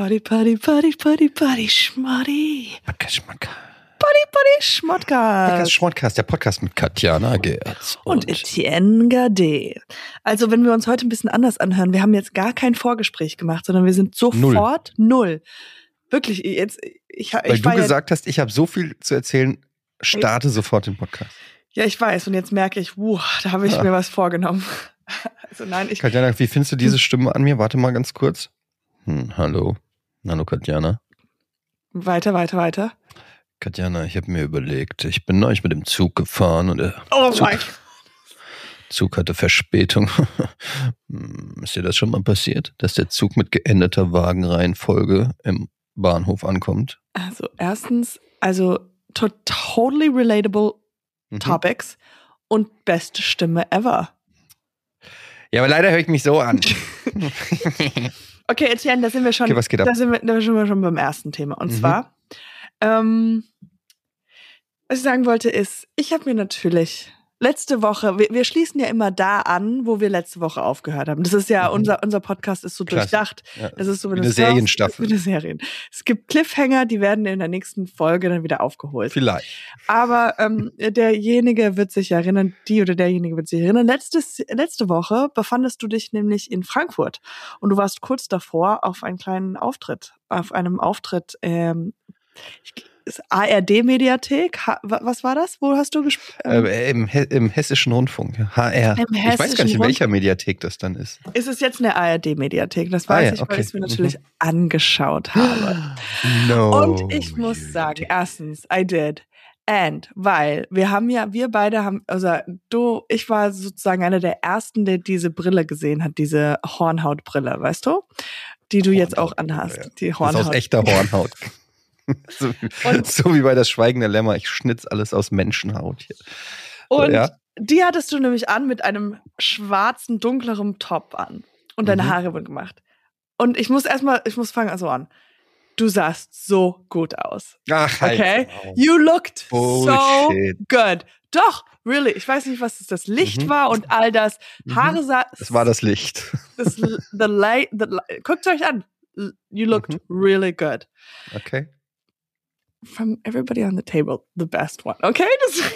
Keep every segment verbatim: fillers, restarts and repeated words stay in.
Party, Party, Party, Party, Party, Schmoddi. Podcast Schmodcast. Party, Party, Schmodcast. Podcast Schmodcast, der Podcast mit Katjana Gerz. Und, und Etienne Gade. Also, wenn wir uns heute ein bisschen anders anhören, wir haben jetzt gar kein Vorgespräch gemacht, sondern wir sind sofort null. null. Wirklich, jetzt, ich, ich Weil du war gesagt ja, hast, ich habe so viel zu erzählen, starte ich, sofort den Podcast. Ja, ich weiß. Und jetzt merke ich, wuh, da habe ich ja. mir was vorgenommen. Also nein, ich... Katjana, wie findest du diese Stimme an mir? Warte mal ganz kurz. Hm, hallo. Hallo, Katjana. Weiter, weiter, weiter. Katjana, ich habe mir überlegt, ich bin neulich mit dem Zug gefahren und der oh Zug, mein Zug hatte Verspätung. Ist dir das schon mal passiert, dass der Zug mit geänderter Wagenreihenfolge im Bahnhof ankommt? Also erstens, also to- totally relatable mhm. Topics und beste Stimme ever. Ja, aber leider höre ich mich so an. Okay, Etienne, da sind wir schon, okay, was geht ab? Da sind wir, da sind wir schon beim ersten Thema. Und mhm. zwar, ähm, was ich sagen wollte ist, ich habe mir natürlich letzte Woche, wir, wir schließen ja immer da an, wo wir letzte Woche aufgehört haben. Das ist ja, mhm. unser, unser Podcast ist so Klasse. durchdacht. Ja. Das ist so, wenn wie eine Serienstaffel. Wie eine Serien. Es gibt Cliffhanger, die werden in der nächsten Folge dann wieder aufgeholt. Vielleicht. Aber ähm, derjenige wird sich erinnern, die oder derjenige wird sich erinnern. Letztes, letzte Woche befandest du dich nämlich in Frankfurt und du warst kurz davor auf einen kleinen Auftritt, auf einem Auftritt, ähm, ich, A R D-Mediathek, ha- was war das? Wo hast du gespielt? Ähm, äh, im, He- Im Hessischen Rundfunk, H R. Im ich weiß gar nicht, in welcher Rundfunk? Mediathek das dann ist. Ist es jetzt eine A R D-Mediathek? Das weiß ah, ja, ich, okay. weil ich es mir natürlich mhm. angeschaut habe. No. Und ich muss sagen, erstens, I did. And, weil wir haben ja, wir beide haben, also du, ich war sozusagen einer der ersten, der diese Brille gesehen hat, diese Hornhautbrille, weißt du? Die du jetzt auch anhast. Ja. Die Hornhaut. Das ist aus echter Hornhaut. so, und, so wie bei das Schweigen der Lämmer. Ich schnitz alles aus Menschenhaut hier. Und ja? die hattest du nämlich an mit einem schwarzen, dunkleren Top an. Und deine mhm. Haare wurden gemacht. Und ich muss erstmal, ich muss fangen also an. Du sahst so gut aus. Ach, halt. Okay? You looked Bullshit. so good. Doch, really. Ich weiß nicht, was das Licht mhm. war und all das. Haare sah... Es war das Licht. Das, the light, the light. Guckt euch an. You looked mhm. really good. Okay. From everybody on the table, the best one. Okay?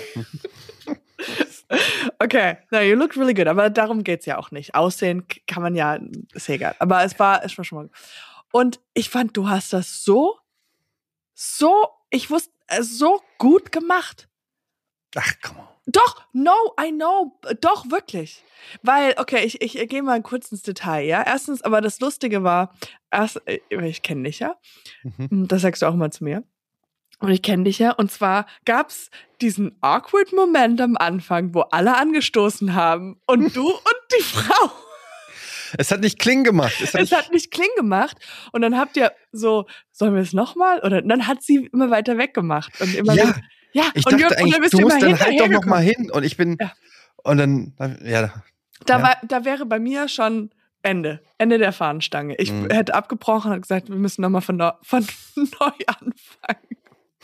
Das okay. No, you looked really good. Aber darum geht's ja auch nicht. Aussehen kann man ja, ist egal. Aber es war, es war schon mal... Und ich fand, du hast das so, so, ich wusste, so gut gemacht. Ach, komm on. Doch, no, I know, doch, wirklich. Weil, okay, ich, ich, ich gehe mal kurz ins Detail, ja. Erstens, aber das Lustige war, erst, ich kenne dich ja, mhm. das sagst du auch mal zu mir. Und ich kenne dich ja, und zwar gab's diesen awkward Moment am Anfang, wo alle angestoßen haben und du und die Frau. Es hat nicht Kling gemacht. Es hat, es nicht, hat nicht Kling gemacht. Und dann habt ihr so, sollen wir es nochmal? Oder dann hat sie immer weiter weggemacht. Und immer ja, wieder, ja. Ich und dachte ihr, eigentlich, und du musst dann halt doch noch mal hin. Und ich bin, ja. und dann, ja. Da, ja. war, da wäre bei mir schon Ende. Ende der Fahnenstange. Ich mhm. hätte abgebrochen und gesagt, wir müssen nochmal von, neu, von neu anfangen.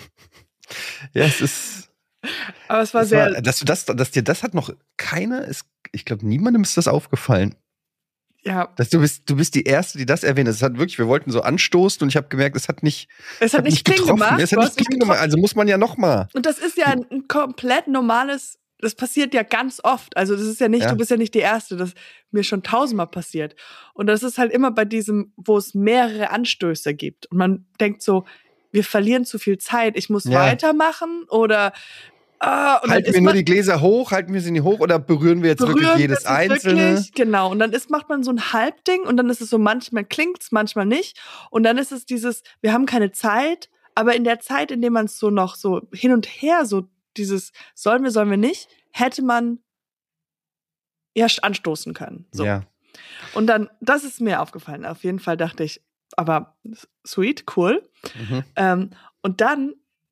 Ja, es ist... Aber es war sehr... War, dass, du das, dass dir das hat noch keiner, ist, ich glaube, niemandem ist das aufgefallen. Ja. Dass du bist, du bist die Erste, die das erwähnt. Es hat wirklich, wir wollten so anstoßen und ich habe gemerkt, es hat nicht, es hat hat nicht, nicht Kling getroffen. gemacht. Es hat nicht Kling gemacht. Also muss man ja noch mal. Und das ist ja ein, ein komplett normales, das passiert ja ganz oft. Also das ist ja nicht, ja. du bist ja nicht die Erste, das mir schon tausendmal passiert. Und das ist halt immer bei diesem, wo es mehrere Anstöße gibt. Und man denkt so, wir verlieren zu viel Zeit, ich muss ja. weitermachen oder Ah, und halten wir nur die Gläser hoch, halten wir sie nicht hoch oder berühren wir jetzt berühren wirklich jedes einzelne? Wirklich, genau. Und dann ist, macht man so ein Halbding und dann ist es so, manchmal klingt's, manchmal nicht. Und dann ist es dieses, wir haben keine Zeit, aber in der Zeit, in der man es so noch so hin und her, so dieses, sollen wir, sollen wir nicht, hätte man ja anstoßen können. So. Ja. Und dann, das ist mir aufgefallen. Auf jeden Fall dachte ich, aber sweet, cool. Mhm. Ähm, und dann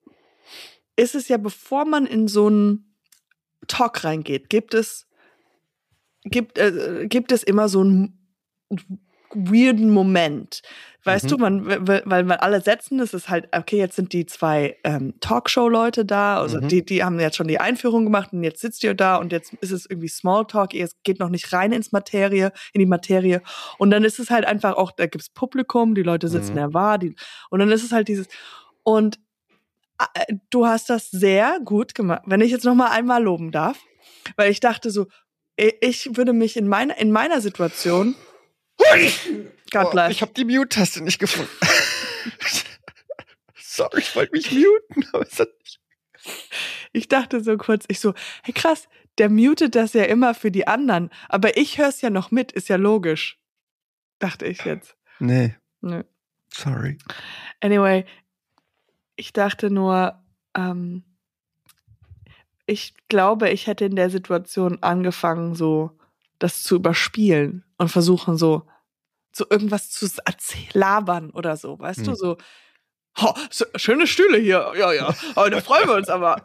ist es ja, bevor man in so einen Talk reingeht, gibt es, gibt, äh, gibt es immer so einen weirden Moment. Weißt Mhm. du, man, weil, weil man alle setzen, es ist halt, okay, jetzt sind die zwei ähm, Talkshow-Leute da, also Mhm. die, die haben jetzt schon die Einführung gemacht und jetzt sitzt ihr da und jetzt ist es irgendwie Smalltalk, es geht noch nicht rein ins Materie, in die Materie. Und dann ist es halt einfach auch, da gibt's Publikum, die Leute sitzen Mhm. da wahr, die, und dann ist es halt dieses, und äh, du hast das sehr gut gemacht, wenn ich jetzt noch mal einmal loben darf, weil ich dachte so, ich würde mich in meiner, in meiner Situation, God bless. Oh, ich habe die Mute-Taste nicht gefunden. Sorry, ich wollte mich muten, aber es hat nicht. Ich dachte so kurz, ich so, hey krass, der mutet das ja immer für die anderen, aber ich hör's ja noch mit, ist ja logisch. Dachte ich jetzt. Nee. Nö. Sorry. Anyway, ich dachte nur, ähm, ich glaube, ich hätte in der Situation angefangen, so das zu überspielen und versuchen, so, so irgendwas zu erzäh- labern oder so, weißt Hm. du, so, oh, so, schöne Stühle hier, ja, ja, aber da freuen wir uns aber.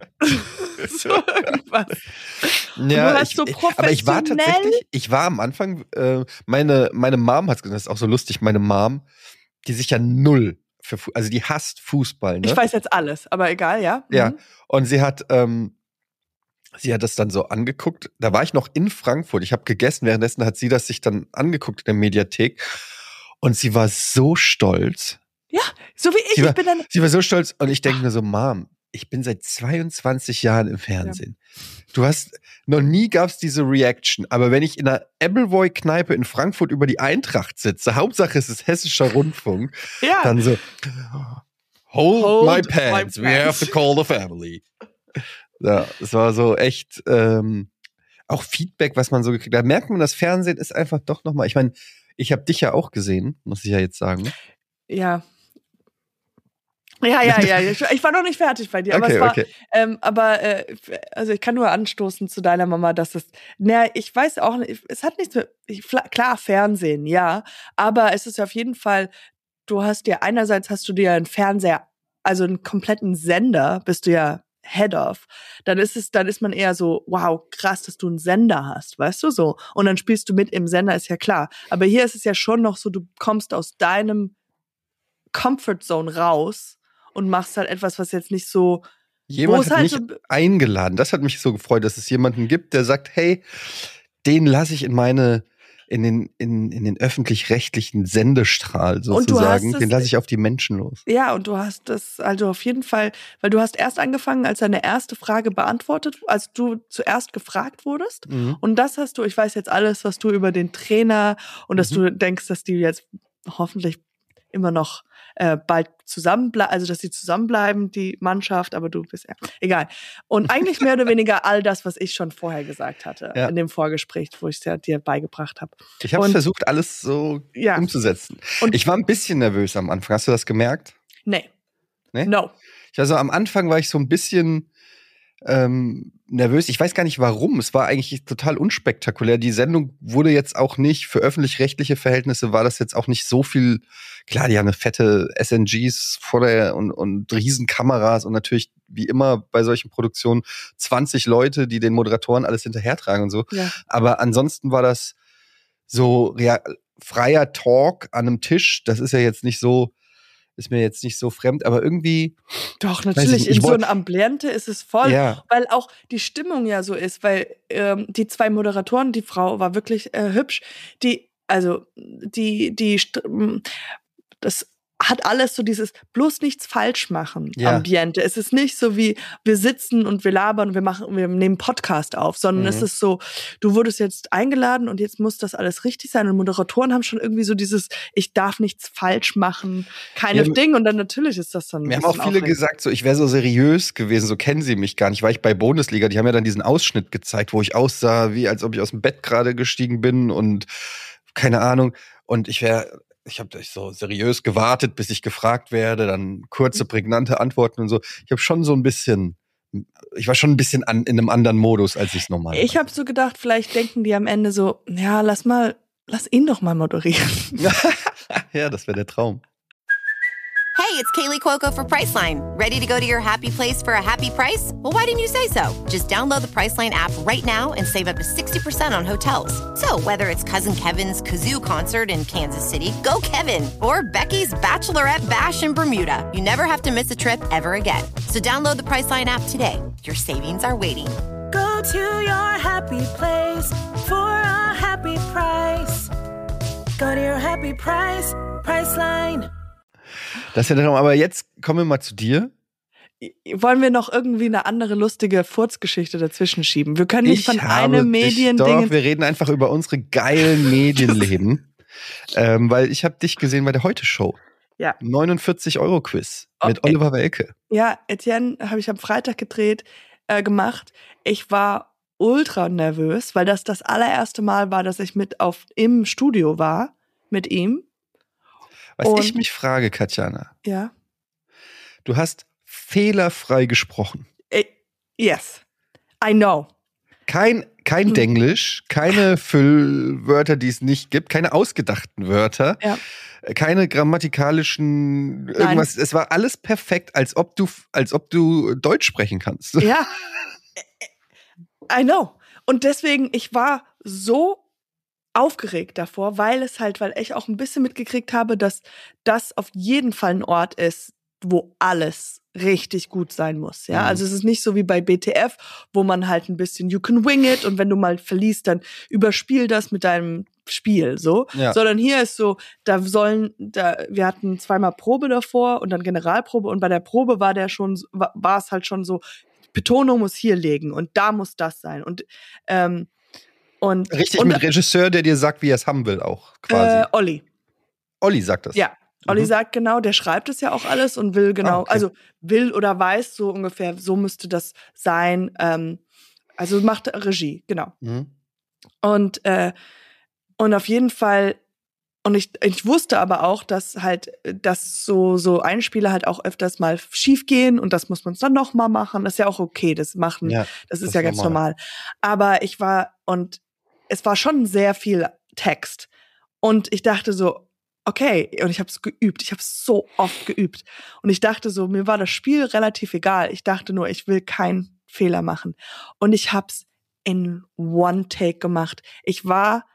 So irgendwas. Und Ja, du hast ich, so aber ich war professionell- tatsächlich, ich war am Anfang, äh, meine, meine Mom hat gesagt, das ist auch so lustig, meine Mom, die sich ja null für, Fu- also die hasst Fußball, ne? Ich weiß jetzt alles, aber egal, ja. Ja, Mhm. und sie hat, ähm, sie hat das dann so angeguckt. Da war ich noch in Frankfurt. Ich habe gegessen. Währenddessen hat sie das sich dann angeguckt in der Mediathek. Und sie war so stolz. So wie ich, Sie war, ich bin dann. sie war so stolz. Und ich denke mir so, Mom, ich bin seit zweiundzwanzig Jahren im Fernsehen. Du hast, noch nie gab's diese Reaction. Aber wenn ich in einer Appleboy-Kneipe in Frankfurt über die Eintracht sitze, Hauptsache es ist hessischer Rundfunk, Ja. dann so, hold, Hold my my pants, we pants. have to call the family. Ja, es war so echt ähm, auch Feedback, was man so gekriegt hat. Da merkt man, das Fernsehen ist einfach doch nochmal, ich meine, ich habe dich ja auch gesehen, muss ich ja jetzt sagen. Ja. Ja, ja, ja. Ich, ich war noch nicht fertig bei dir, aber Okay, es war, okay. ähm, aber äh, also ich kann nur anstoßen zu deiner Mama, dass es, na, ich weiß auch nicht, es hat nichts mit, ich, klar Fernsehen, ja, aber es ist auf jeden Fall, du hast dir einerseits hast du dir einen Fernseher, also einen kompletten Sender, bist du ja Head of, dann ist es, dann ist man eher so, wow, krass, dass du einen Sender hast, weißt du so, und dann spielst du mit im Sender, ist ja klar, aber hier ist es ja schon noch so, du kommst aus deinem Comfort Zone raus und machst halt etwas, was jetzt nicht so, Jemand es hat halt mich so- eingeladen. Das hat mich so gefreut, dass es jemanden gibt, der sagt, hey, den lasse ich in meine, in den, in, in den öffentlich-rechtlichen Sendestrahl Und du hast sozusagen. es- Den lasse ich auf die Menschen los. ja, und du hast das also auf jeden Fall, weil du hast erst angefangen, als deine erste Frage beantwortet, als du zuerst gefragt wurdest. Mhm. Und das hast du, ich weiß jetzt alles, was du über den Trainer und dass Mhm. du denkst, dass die jetzt hoffentlich immer noch äh, bald zusammenbleiben, also dass sie zusammenbleiben, die Mannschaft, aber du bist ja egal. Und eigentlich mehr oder weniger all das, was ich schon vorher gesagt hatte Ja. in dem Vorgespräch, wo ich es ja dir beigebracht habe. Ich habe Und- versucht, alles so Ja. umzusetzen. Und- ich war ein bisschen nervös am Anfang. Hast du das gemerkt? Nee. Nee? No. Ich, also am Anfang war ich so ein bisschen ähm, nervös. Ich weiß gar nicht warum. Es war eigentlich total unspektakulär. Die Sendung wurde jetzt auch nicht, für öffentlich-rechtliche Verhältnisse war das jetzt auch nicht so viel. Klar, die haben eine fette S N Gs vor der und, und Riesenkameras und natürlich, wie immer bei solchen Produktionen, zwanzig Leute, die den Moderatoren alles hinterhertragen und so. Ja. Aber ansonsten war das so rea- freier Talk an einem Tisch. Das ist ja jetzt nicht so, ist mir jetzt nicht so fremd, aber irgendwie. Doch, Weiß ich natürlich. nicht, ich In so wollt- einem Ambiente ist es voll, Ja. weil auch die Stimmung ja so ist, weil ähm, die zwei Moderatoren, die Frau war wirklich äh, hübsch, die, also die, die, St- m, das hat alles so dieses bloß nichts falsch machen Ja. Ambiente. Es ist nicht so wie wir sitzen und wir labern und wir machen, wir nehmen Podcast auf, sondern Mhm. es ist so, du wurdest jetzt eingeladen und jetzt muss das alles richtig sein und Moderatoren haben schon irgendwie so dieses, ich darf nichts falsch machen, keine Ja, Ding und dann natürlich ist das dann ein Mir haben auch bisschen viele aufregend. gesagt, so ich wäre so seriös gewesen, so kennen sie mich gar nicht. War ich bei Bundesliga, die haben ja dann diesen Ausschnitt gezeigt, wo ich aussah, wie als ob ich aus dem Bett gerade gestiegen bin und keine Ahnung. Und ich wäre, ich habe so seriös gewartet, bis ich gefragt werde, dann kurze, prägnante Antworten und so. Ich habe schon so ein bisschen, ich war schon ein bisschen an, in einem anderen Modus, als ich es normal Ich habe so gedacht, vielleicht denken die am Ende so, ja, lass mal, lass ihn doch mal moderieren. Ja, das wäre der Traum. Hey, it's Kaylee Cuoco for Priceline. Ready to go to your happy place for a happy price? Well, why didn't you say so? Just download the Priceline app right now and save up to sixty percent on hotels. So whether it's Cousin Kevin's Kazoo Concert in Kansas City, go Kevin, or Becky's Bachelorette Bash in Bermuda, you never have to miss a trip ever again. So download the Priceline app today. Your savings are waiting. Go to your happy place for a happy price. Go to your happy price, Priceline. Das ist ja darum, aber jetzt kommen wir mal zu dir. Wollen wir noch irgendwie eine andere lustige Furzgeschichte dazwischen schieben? Wir können nicht ich von einem Medien Doch, Dingen. wir reden einfach über unsere geilen Medienleben. ähm, weil ich habe dich gesehen bei der Heute-Show. Ja. neunundvierzig Euro Quiz Okay. mit Oliver Welke. Ja, Etienne habe ich am Freitag gedreht, äh, gemacht. Ich war ultra nervös, weil das das allererste Mal war, dass ich mit auf im Studio war mit ihm. Was Und- ich mich frage, Katjana, Ja. du hast fehlerfrei gesprochen. Äh, yes. I know. Kein, kein Hm. Denglisch, keine Füllwörter, die es nicht gibt, keine ausgedachten Wörter, Ja. keine grammatikalischen irgendwas. Es war alles perfekt, als ob du, als ob du Deutsch sprechen kannst. Ja. I know. Und deswegen, ich war so aufgeregt davor, weil es halt, weil ich auch ein bisschen mitgekriegt habe, dass das auf jeden Fall ein Ort ist, wo alles richtig gut sein muss. Ja, Mhm. also es ist nicht so wie bei B T F, wo man halt ein bisschen you can wing it und wenn du mal verliest, dann überspiel das mit deinem Spiel, so. Ja. Sondern hier ist so, da sollen, da, wir hatten zweimal Probe davor und dann Generalprobe und bei der Probe war der schon, war, war es halt schon so, Betonung muss hier liegen und da muss das sein und, ähm, und Richtig und, mit Regisseur, der dir sagt, wie er es haben will, auch quasi. äh, Olli. Olli sagt das. Ja. Olli Mhm. sagt genau, der schreibt es ja auch alles und will genau, Ah, okay. also will oder weiß so ungefähr, so müsste das sein. Ähm, also macht Regie, genau. Mhm. Und, äh, und auf jeden Fall, und ich, ich wusste aber auch, dass halt, dass so, so Einspieler halt auch öfters mal schief gehen und das muss man dann noch mal machen. Das ist ja auch okay, das machen, Ja, das ist das ja ist ganz normal. normal. Aber ich war, und es war schon sehr viel Text. Und ich dachte so, okay, und ich habe es geübt. Ich habe es so oft geübt. Und ich dachte so, mir war das Spiel relativ egal. Ich dachte nur, ich will keinen Fehler machen. Und ich habe es in One Take gemacht. Ich war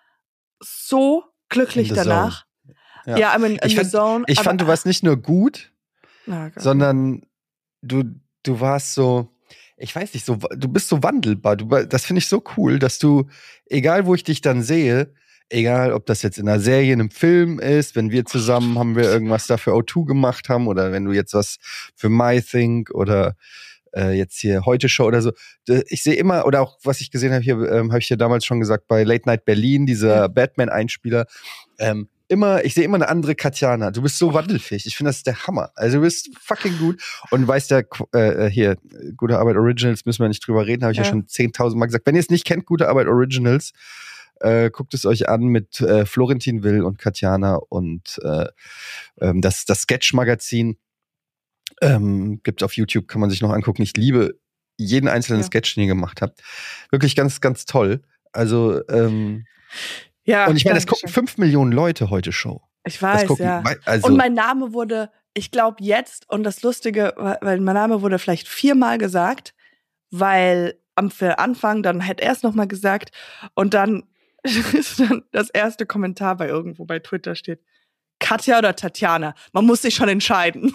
so glücklich In the danach. Ja. Ja, I'm in, in Ich the fand- zone. Ich aber, fand, du warst nicht nur gut, Ah, Gott. sondern du, du warst so, ich weiß nicht, so, du bist so wandelbar. Du, das finde ich so cool, dass du, egal wo ich dich dann sehe, egal ob das jetzt in einer Serie, in einem Film ist, wenn wir zusammen haben wir irgendwas da für O zwei gemacht haben oder wenn du jetzt was für MyThink oder äh, jetzt hier Heute Show oder so. Ich sehe immer, oder auch was ich gesehen habe hier, ähm, habe ich dir damals schon gesagt, bei Late Night Berlin, dieser Ja. Batman-Einspieler, ähm, immer, ich sehe immer eine andere Katjana. Du bist so wandelfähig. Ich finde, das ist der Hammer. Also du bist fucking gut. Und weißt ja, äh, hier, Gute Arbeit Originals, müssen wir nicht drüber reden, habe ich ja, Ja. schon zehntausend Mal gesagt. Wenn ihr es nicht kennt, Gute Arbeit Originals, äh, guckt es euch an mit äh, Florentin Will und Katjana und äh, ähm, das, das Sketch-Magazin ähm, gibt auf YouTube, kann man sich noch angucken. Ich liebe jeden einzelnen Ja. Sketch, den ihr gemacht habt. Wirklich ganz, ganz toll. Also, ähm, ja, und ich meine, das Dankeschön. gucken fünf Millionen Leute heute Show. Ich Das weiß, gucken, ja. wei- also, Und mein Name wurde, ich glaube jetzt, und das Lustige, weil mein Name wurde vielleicht viermal gesagt, weil am für Anfang, dann hätte er es nochmal gesagt und dann ist dann das erste Kommentar bei irgendwo bei Twitter steht, Katja oder Tatjana, man muss sich schon entscheiden.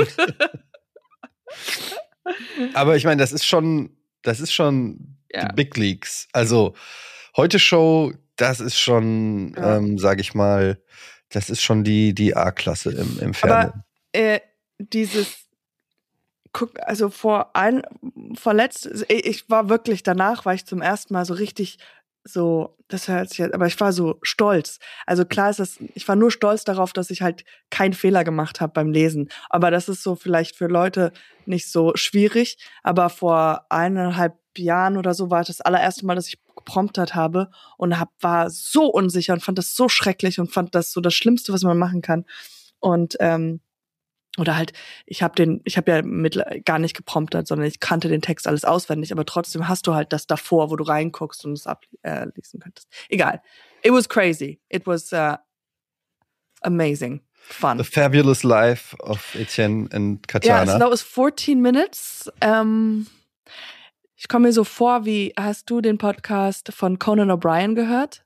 aber ich meine, das ist schon, das ist schon Ja. die Big Leagues. Also, heute Show, das ist schon, Ja. ähm, sag ich mal, das ist schon die, die A-Klasse im, im Fernsehen. Aber äh, dieses, guck, also vor ein, vor letzt, ich war wirklich danach, war ich zum ersten Mal so richtig so, das hört sich jetzt, aber ich war so stolz. Also klar ist das, ich war nur stolz darauf, dass ich halt keinen Fehler gemacht habe beim Lesen. Aber das ist so vielleicht für Leute nicht so schwierig. Aber vor eineinhalb Jahren oder so war das allererste Mal, dass ich gepromptet habe und hab, war so unsicher und fand das so schrecklich und fand das so das Schlimmste, was man machen kann. Und ähm, oder halt, ich habe den, ich habe ja mit, gar nicht gepromptet, sondern ich kannte den Text alles auswendig, aber trotzdem hast du halt das davor, wo du reinguckst und es ablesen könntest. Egal. It was crazy. It was uh, amazing. fun. The Fabulous Life of Etienne and Katjana. Ja, so that was fourteen minutes. Ähm, ich komme mir so vor, wie, hast du den Podcast von Conan O'Brien gehört?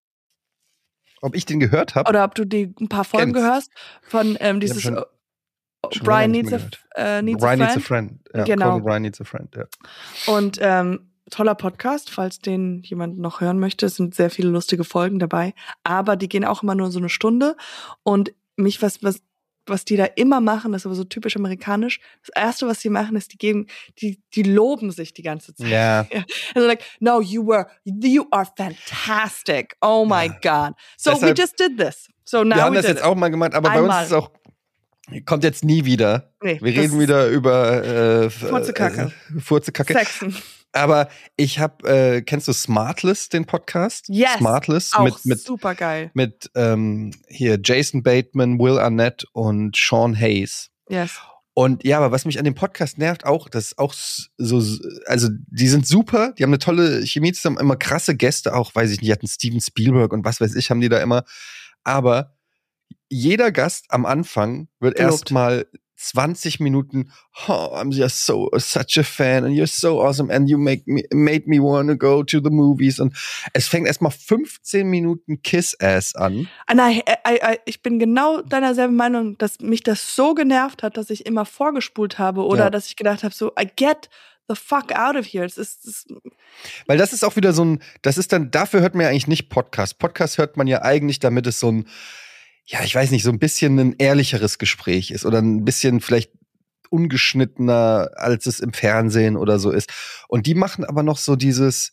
Ob ich den gehört habe? Oder ob du die ein paar Folgen Kenn's. gehörst von ähm, dieses schon- Brian needs a, äh, needs, a Brian Needs a friend. Friend. Ja, Genau. Conan Brian Needs a Friend, ja. Und ähm, toller Podcast, falls den jemand noch hören möchte. Es sind sehr viele lustige Folgen dabei. Aber die gehen auch immer nur so eine Stunde. Und mich, was, was, was die da immer machen, das ist aber so typisch amerikanisch. Das Erste, was sie machen, ist, die geben, die, die loben sich die ganze Zeit. Ja. Also like, no, you were, you are fantastic. Oh my God. So Deshalb- we just did this. So now Wir haben we das did jetzt it. auch mal gemacht, aber bei Einmal. uns ist es auch, kommt jetzt nie wieder. Nee, Wir das reden ist wieder über äh, Furzekacke. Äh, Furzekacke. Sexen. Aber ich habe, äh, kennst du Smartless, den Podcast? Yes. Smartless Auch mit mit super geil. mit ähm, hier Jason Bateman, Will Arnett und Sean Hayes. Yes. Und ja, aber was mich an dem Podcast nervt auch, das ist auch so, also die sind super, die haben eine tolle Chemie zusammen, immer krasse Gäste auch, weiß ich nicht, die hatten Steven Spielberg und was weiß ich, haben die da immer. Aber jeder Gast am Anfang wird Gelobt. erstmal zwanzig Minuten, oh, I'm just so such a fan and you're so awesome and you make me made me wanna go to the movies. Und es fängt erstmal fünfzehn Minuten Kiss-Ass an. Ah, nein, I, I, I, ich bin genau deiner selben Meinung, dass mich das so genervt hat, dass ich immer vorgespult habe oder Ja. dass ich gedacht habe, so, I get the fuck out of here. Es ist, es ist Weil das ist auch wieder so ein, das ist dann, dafür hört man ja eigentlich nicht Podcast. Podcast hört man ja eigentlich, damit es so ein, ja, ich weiß nicht, so ein bisschen ein ehrlicheres Gespräch ist oder ein bisschen vielleicht ungeschnittener, als es im Fernsehen oder so ist. Und die machen aber noch so dieses,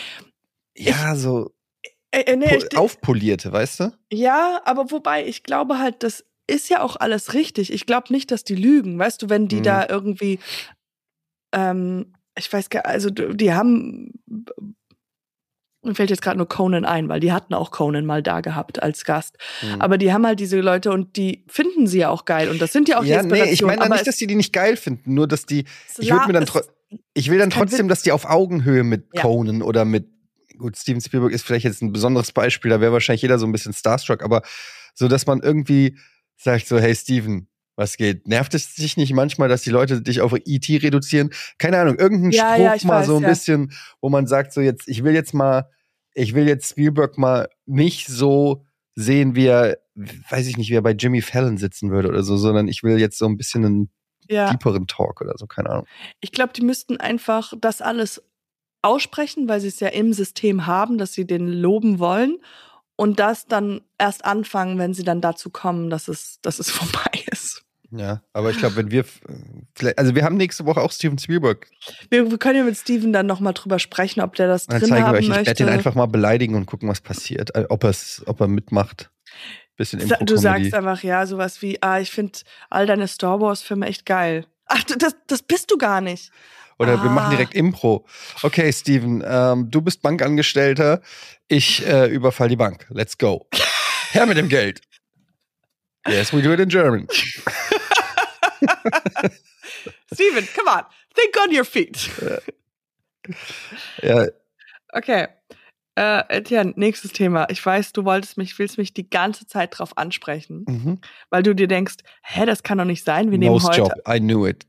ja, so äh, äh, nee, po- ich, aufpolierte, weißt du? ja, aber wobei, ich glaube halt, das ist ja auch alles richtig. Ich glaube nicht, dass die lügen. Weißt du, wenn die Mhm. da irgendwie, ähm, ich weiß gar also die haben, mir fällt jetzt gerade nur Conan ein, weil die hatten auch Conan mal da gehabt als Gast. Mhm. Aber die haben halt diese Leute und die finden sie ja auch geil. Und das sind ja auch die Ja, nee, Inspirationen. ich meine aber nicht, dass die die nicht geil finden, nur dass die, es ich würde mir dann es- tro- ich will dann ist kein trotzdem, dass die auf Augenhöhe mit Ja. Conan oder mit, gut, Steven Spielberg ist vielleicht jetzt ein besonderes Beispiel, da wäre wahrscheinlich jeder so ein bisschen starstruck, aber so, dass man irgendwie sagt so, hey Steven, was geht? Nervt es dich nicht manchmal, dass die Leute dich auf E T reduzieren? Keine Ahnung, irgendein Ja, Spruch ja, ich mal weiß, so ein ja. bisschen, wo man sagt so jetzt, ich will jetzt mal, ich will jetzt Spielberg mal nicht so sehen, wie er, weiß ich nicht, wie er bei Jimmy Fallon sitzen würde oder so, sondern ich will jetzt so ein bisschen einen ja. deeperen Talk oder so, keine Ahnung. Ich glaube, die müssten einfach das alles aussprechen, weil sie es ja im System haben, dass sie den loben wollen und das dann erst anfangen, wenn sie dann dazu kommen, dass es, dass es vorbei ist. Ja, aber ich glaube, wenn wir, vielleicht, also wir haben nächste Woche auch Steven Spielberg. Wir, wir können ja mit Steven dann nochmal drüber sprechen, ob der das Dann drin zeigen wir haben euch, ich möchte. werde ihn einfach mal beleidigen und gucken, was passiert. äh, Ob, er's, ob er mitmacht. Bisschen Sa- Du Impro-Comedy. sagst einfach, ja, sowas wie, ah, ich finde all deine Star Wars-Filme echt geil. Ach, du- das, das bist du gar nicht. Oder wir Ah. machen direkt Impro. Okay, Steven, ähm, du bist Bankangestellter. Ich äh, überfall die Bank. Let's go. Her mit dem Geld. Yes, we do it in German. Steven, come on, think on your feet. Ja, Okay. Äh, Etienne, nächstes Thema. Ich weiß, du wolltest mich, willst mich die ganze Zeit drauf ansprechen, mhm. weil du dir denkst, hä, das kann doch nicht sein. Wir nehmen Nose heute. job. I knew it.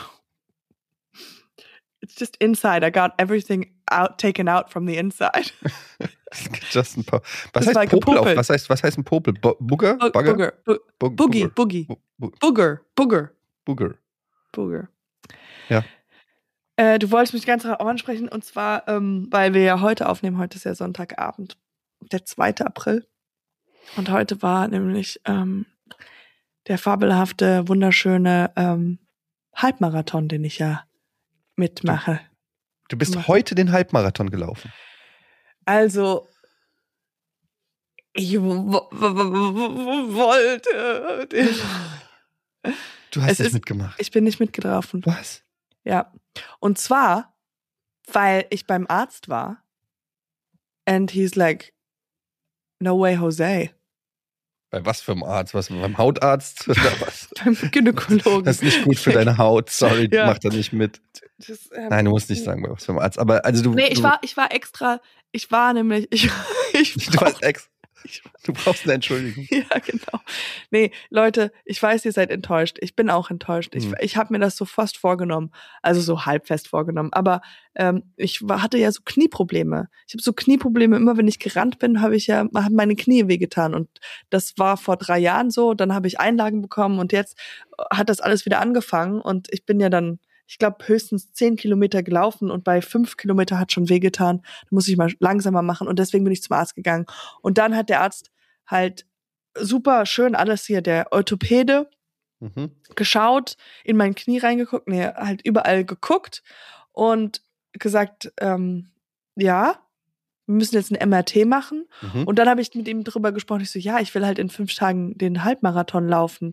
It's just inside. I got everything out, taken out from the inside. Just ein paar. Was Das war heißt Popel auf? gepopelt. Was heißt, was heißt ein Popel? Bo Bugger? Bu- Bagger? Booger. Bu- Bu- Boogie, Booger. Boogie. Bu- Bu- Booger, Booger, Booger. Booger. Ja. Äh, du wolltest mich ganz darauf ansprechen, und zwar, ähm, weil wir ja heute aufnehmen, heute ist ja Sonntagabend, der zweite April. Und heute war nämlich ähm, der fabelhafte, wunderschöne ähm, Halbmarathon, den ich ja mitmache. Du bist Mach. heute den Halbmarathon gelaufen. Also, ich w- w- w- wollte. den- Du hast Es nicht ist- mitgemacht. Ich bin nicht mitgelaufen. Was? Ja. Und zwar, weil ich beim Arzt war. And he's like, no way, Jose. Bei was für einem Arzt? Was, beim Hautarzt? Oder was? Beim Gynäkologen. Das ist nicht gut für deine Haut. Sorry, Ja. mach da nicht mit. Das, ähm, Nein, du musst nicht sagen, bei was für einem Arzt. Aber also du. Nee, ich du, war, ich war extra, ich war nämlich, ich, ich Du warst ex. Du brauchst eine Entschuldigung. Ja, genau. Nee, Leute, ich weiß, ihr seid enttäuscht. Ich bin auch enttäuscht. Ich, Hm. ich habe mir das so fast vorgenommen. Also so halb fest vorgenommen. Aber ähm, ich war, hatte ja so Knieprobleme. Ich habe so Knieprobleme. Immer wenn ich gerannt bin, habe ich ja, haben meine Knie wehgetan. Und das war vor drei Jahren so. Dann habe ich Einlagen bekommen und jetzt hat das alles wieder angefangen. Und ich bin ja dann, ich glaube, höchstens zehn Kilometer gelaufen und bei fünf Kilometer hat schon wehgetan. Da muss ich mal langsamer machen und deswegen bin ich zum Arzt gegangen. Und dann hat der Arzt halt super schön alles hier, der Orthopäde, Mhm. geschaut, in mein Knie reingeguckt, nee, halt überall geguckt und gesagt, ähm, ja, wir müssen jetzt ein M R T machen. Mhm. Und dann habe ich mit ihm drüber gesprochen. Ich so, ja, ich will halt in fünf Tagen den Halbmarathon laufen.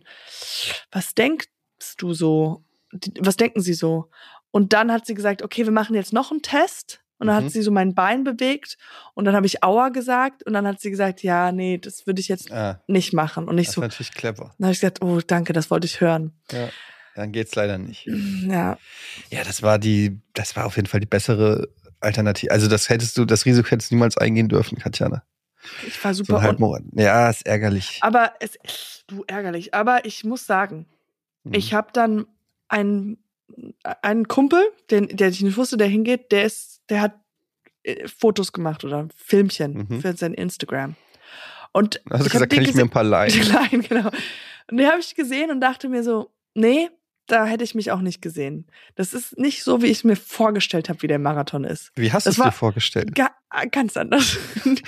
Was denkst du so? Die- Was denken Sie so? Und dann hat sie gesagt, okay, wir machen jetzt noch einen Test. Und dann Mhm. hat sie so mein Bein bewegt. Und dann habe ich Aua gesagt. Und dann hat sie gesagt, ja, nee, das würde ich jetzt Ah, nicht machen. Und ich das ist so, natürlich clever. dann habe ich gesagt, oh, danke, das wollte ich hören. Ja. Dann geht's leider nicht. Ja, Ja, das war die, das war auf jeden Fall die bessere Alternative. Also das hättest du, das Risiko hättest du niemals eingehen dürfen, Katjana. ich war So super. ein un- Halbmarathon. Ja, ist ärgerlich. aber es, du, ärgerlich. Aber ich muss sagen, Mhm. ich habe dann einen, einen Kumpel, den, der ich nicht wusste, der hingeht, der ist, der hat äh, Fotos gemacht oder Filmchen Mhm. für sein Instagram. Und Hast du ich hab gesagt, den kann ich mir gese- ein paar leihen? Klein, genau. Und den habe ich gesehen und dachte mir so, nee, da hätte ich mich auch nicht gesehen. Das ist nicht so, wie ich es mir vorgestellt habe, wie der Marathon ist. Wie hast du Das es dir war- vorgestellt? Ga ganz anders.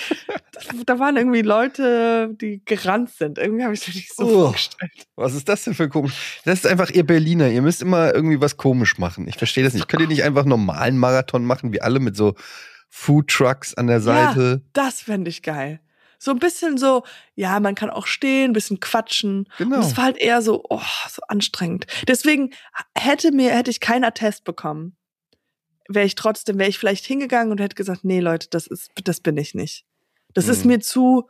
das, da waren irgendwie Leute, die gerannt sind. Irgendwie habe ich es mir nicht so Oh. vorgestellt. Was ist das denn für komisch? Das ist einfach ihr Berliner. Ihr müsst immer irgendwie was komisch machen. Ich verstehe das nicht. Könnt ihr nicht einfach einen normalen Marathon machen, wie alle mit so Foodtrucks an der Seite? Das fände ich geil. So ein bisschen so, ja, man kann auch stehen, ein bisschen quatschen. Genau. Und es war halt eher so, oh, so anstrengend. Deswegen hätte mir, hätte ich keinen Attest bekommen, wäre ich trotzdem, wäre ich vielleicht hingegangen und hätte gesagt, nee, Leute, das ist, das bin ich nicht. Das ist Mhm. mir zu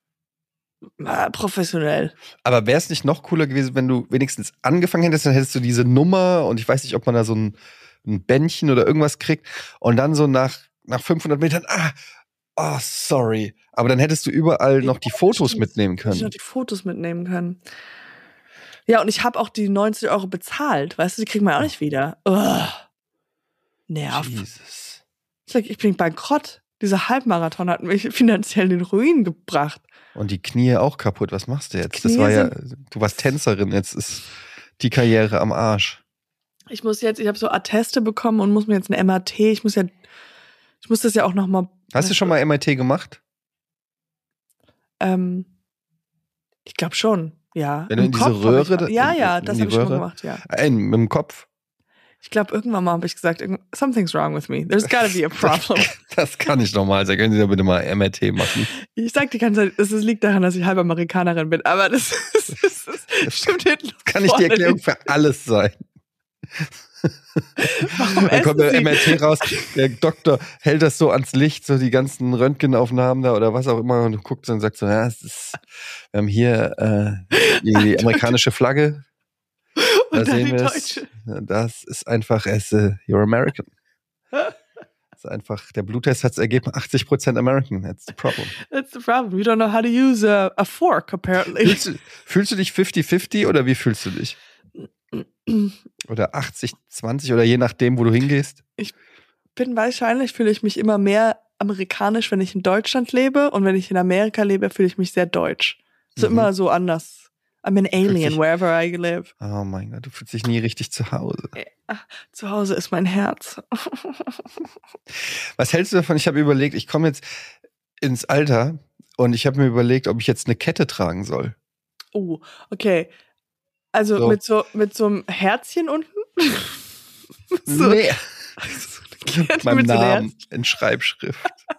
äh, professionell. Aber wäre es nicht noch cooler gewesen, wenn du wenigstens angefangen hättest, dann hättest du diese Nummer und ich weiß nicht, ob man da so ein, ein Bändchen oder irgendwas kriegt und dann so nach, nach fünfhundert Metern, ah, oh, sorry. Aber dann hättest du überall noch die Fotos Stimmt. mitnehmen Hätte ich noch können. die Fotos mitnehmen können. Ja, und ich habe auch die neunzig Euro bezahlt. Weißt du, die kriegt man auch nicht wieder. Ugh. Nerv. Jesus. Ich sag, ich bin bankrott. Dieser Halbmarathon hat mich finanziell in den Ruin gebracht. Und die Knie auch kaputt. Was machst du jetzt? Die Das Knie war ja, du warst Tänzerin, jetzt ist die Karriere am Arsch. Ich muss jetzt, ich habe so Atteste bekommen und muss mir jetzt ein M R T. Ich muss ja, ich muss das ja auch noch mal. Hast du schon mal M R T gemacht? Ähm, ich glaube schon, ja. Wenn du Im in diese Kopf hab Röhre Ich, da- ja, in- ja, in das die habe ich schon mal Röhre? gemacht, ja. Ein, mit dem Kopf. Ich glaube, irgendwann mal habe ich gesagt, irgend- something's wrong with me. There's gotta be a problem. Das kann nicht normal sein. Können Sie da bitte mal M R T machen? Ich sag die ganze Zeit, es ist- liegt daran, dass ich halb Amerikanerin bin, aber das, ist, das, ist, das stimmt hinten. und Kann nicht die vorne Erklärung nicht. für alles sein. Warum Dann kommt essen der Sie? M R T raus, der Doktor hält das so ans Licht, so die ganzen Röntgenaufnahmen da oder was auch immer und guckt so und sagt so, ja, es ist, wir haben hier äh, die, die amerikanische Flagge. Da Und dann sehen die wir es. deutsche. Das ist einfach, es, uh, you're American. Das ist einfach, der Bluttest hat das Ergebnis achtzig Prozent American. That's the problem. That's the problem. You don't know how to use a, a fork, apparently. Fühlst du, fühlst du dich fifty fifty oder wie fühlst du dich? Oder achtzig zwanzig oder je nachdem, wo du hingehst? Bin wahrscheinlich fühle ich mich immer mehr amerikanisch, wenn ich in Deutschland lebe, und wenn ich in Amerika lebe, fühle ich mich sehr deutsch. So Mhm. immer so anders. I'm an alien Wirklich? wherever I live. Oh mein Gott, du fühlst dich nie richtig zu Hause. Zu Hause ist mein Herz. Was hältst du davon? Ich habe überlegt, ich komme jetzt ins Alter und ich habe mir überlegt, ob ich jetzt eine Kette tragen soll. Oh, okay. Also So. mit so mit so einem Herzchen unten? so, Nee, so eine Kette meinem mit so einem Namen Herz. in Schreibschrift.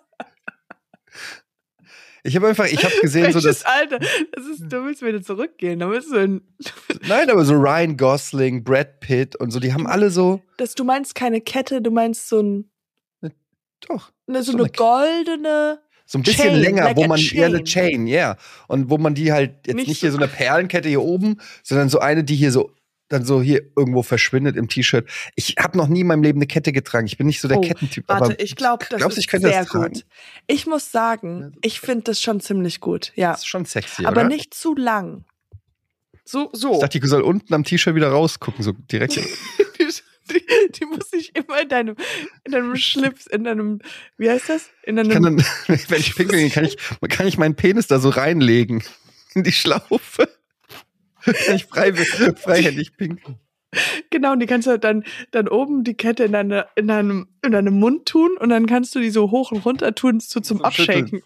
Ich habe einfach, ich habe gesehen, so Welches dass, Alter? Das ist, du willst wieder zurückgehen. Da willst du in, nein, aber so Ryan Gosling, Brad Pitt und so, die haben alle so, dass du meinst keine Kette, du meinst so ein doch, ne, so, So eine eine Ke- goldene. so ein bisschen Chain, länger, like wo a man, ja, eine chain. Chain, ja. Yeah. Und wo man die halt jetzt Nicht nicht, so- hier so eine Perlenkette hier oben, sondern so eine, die hier so dann so hier irgendwo verschwindet im T-Shirt. Ich habe noch nie in meinem Leben eine Kette getragen. Ich bin nicht so der oh, Kettentyp. Warte, aber ich glaube, das glaubst, ist ich könnte sehr das tragen? gut. Ich muss sagen, ich finde das schon ziemlich gut. Ja. Das ist schon sexy, aber oder? nicht zu lang. So, so. Ich dachte, die soll unten am T-Shirt wieder rausgucken, so direkt. die, die, die muss ich immer in deinem, in deinem Schlips, in deinem, wie heißt das? In deinem, Ich kann dann, wenn ich pinkeln gehe, kann ich, kann ich meinen Penis da so reinlegen in die Schlaufe. Kann ich frei, freihändig pinkeln. Genau, und die kannst du dann, dann oben die Kette in, deine, in, deinem, in deinem Mund tun und dann kannst du die so hoch und runter tun, so zum Abschenken.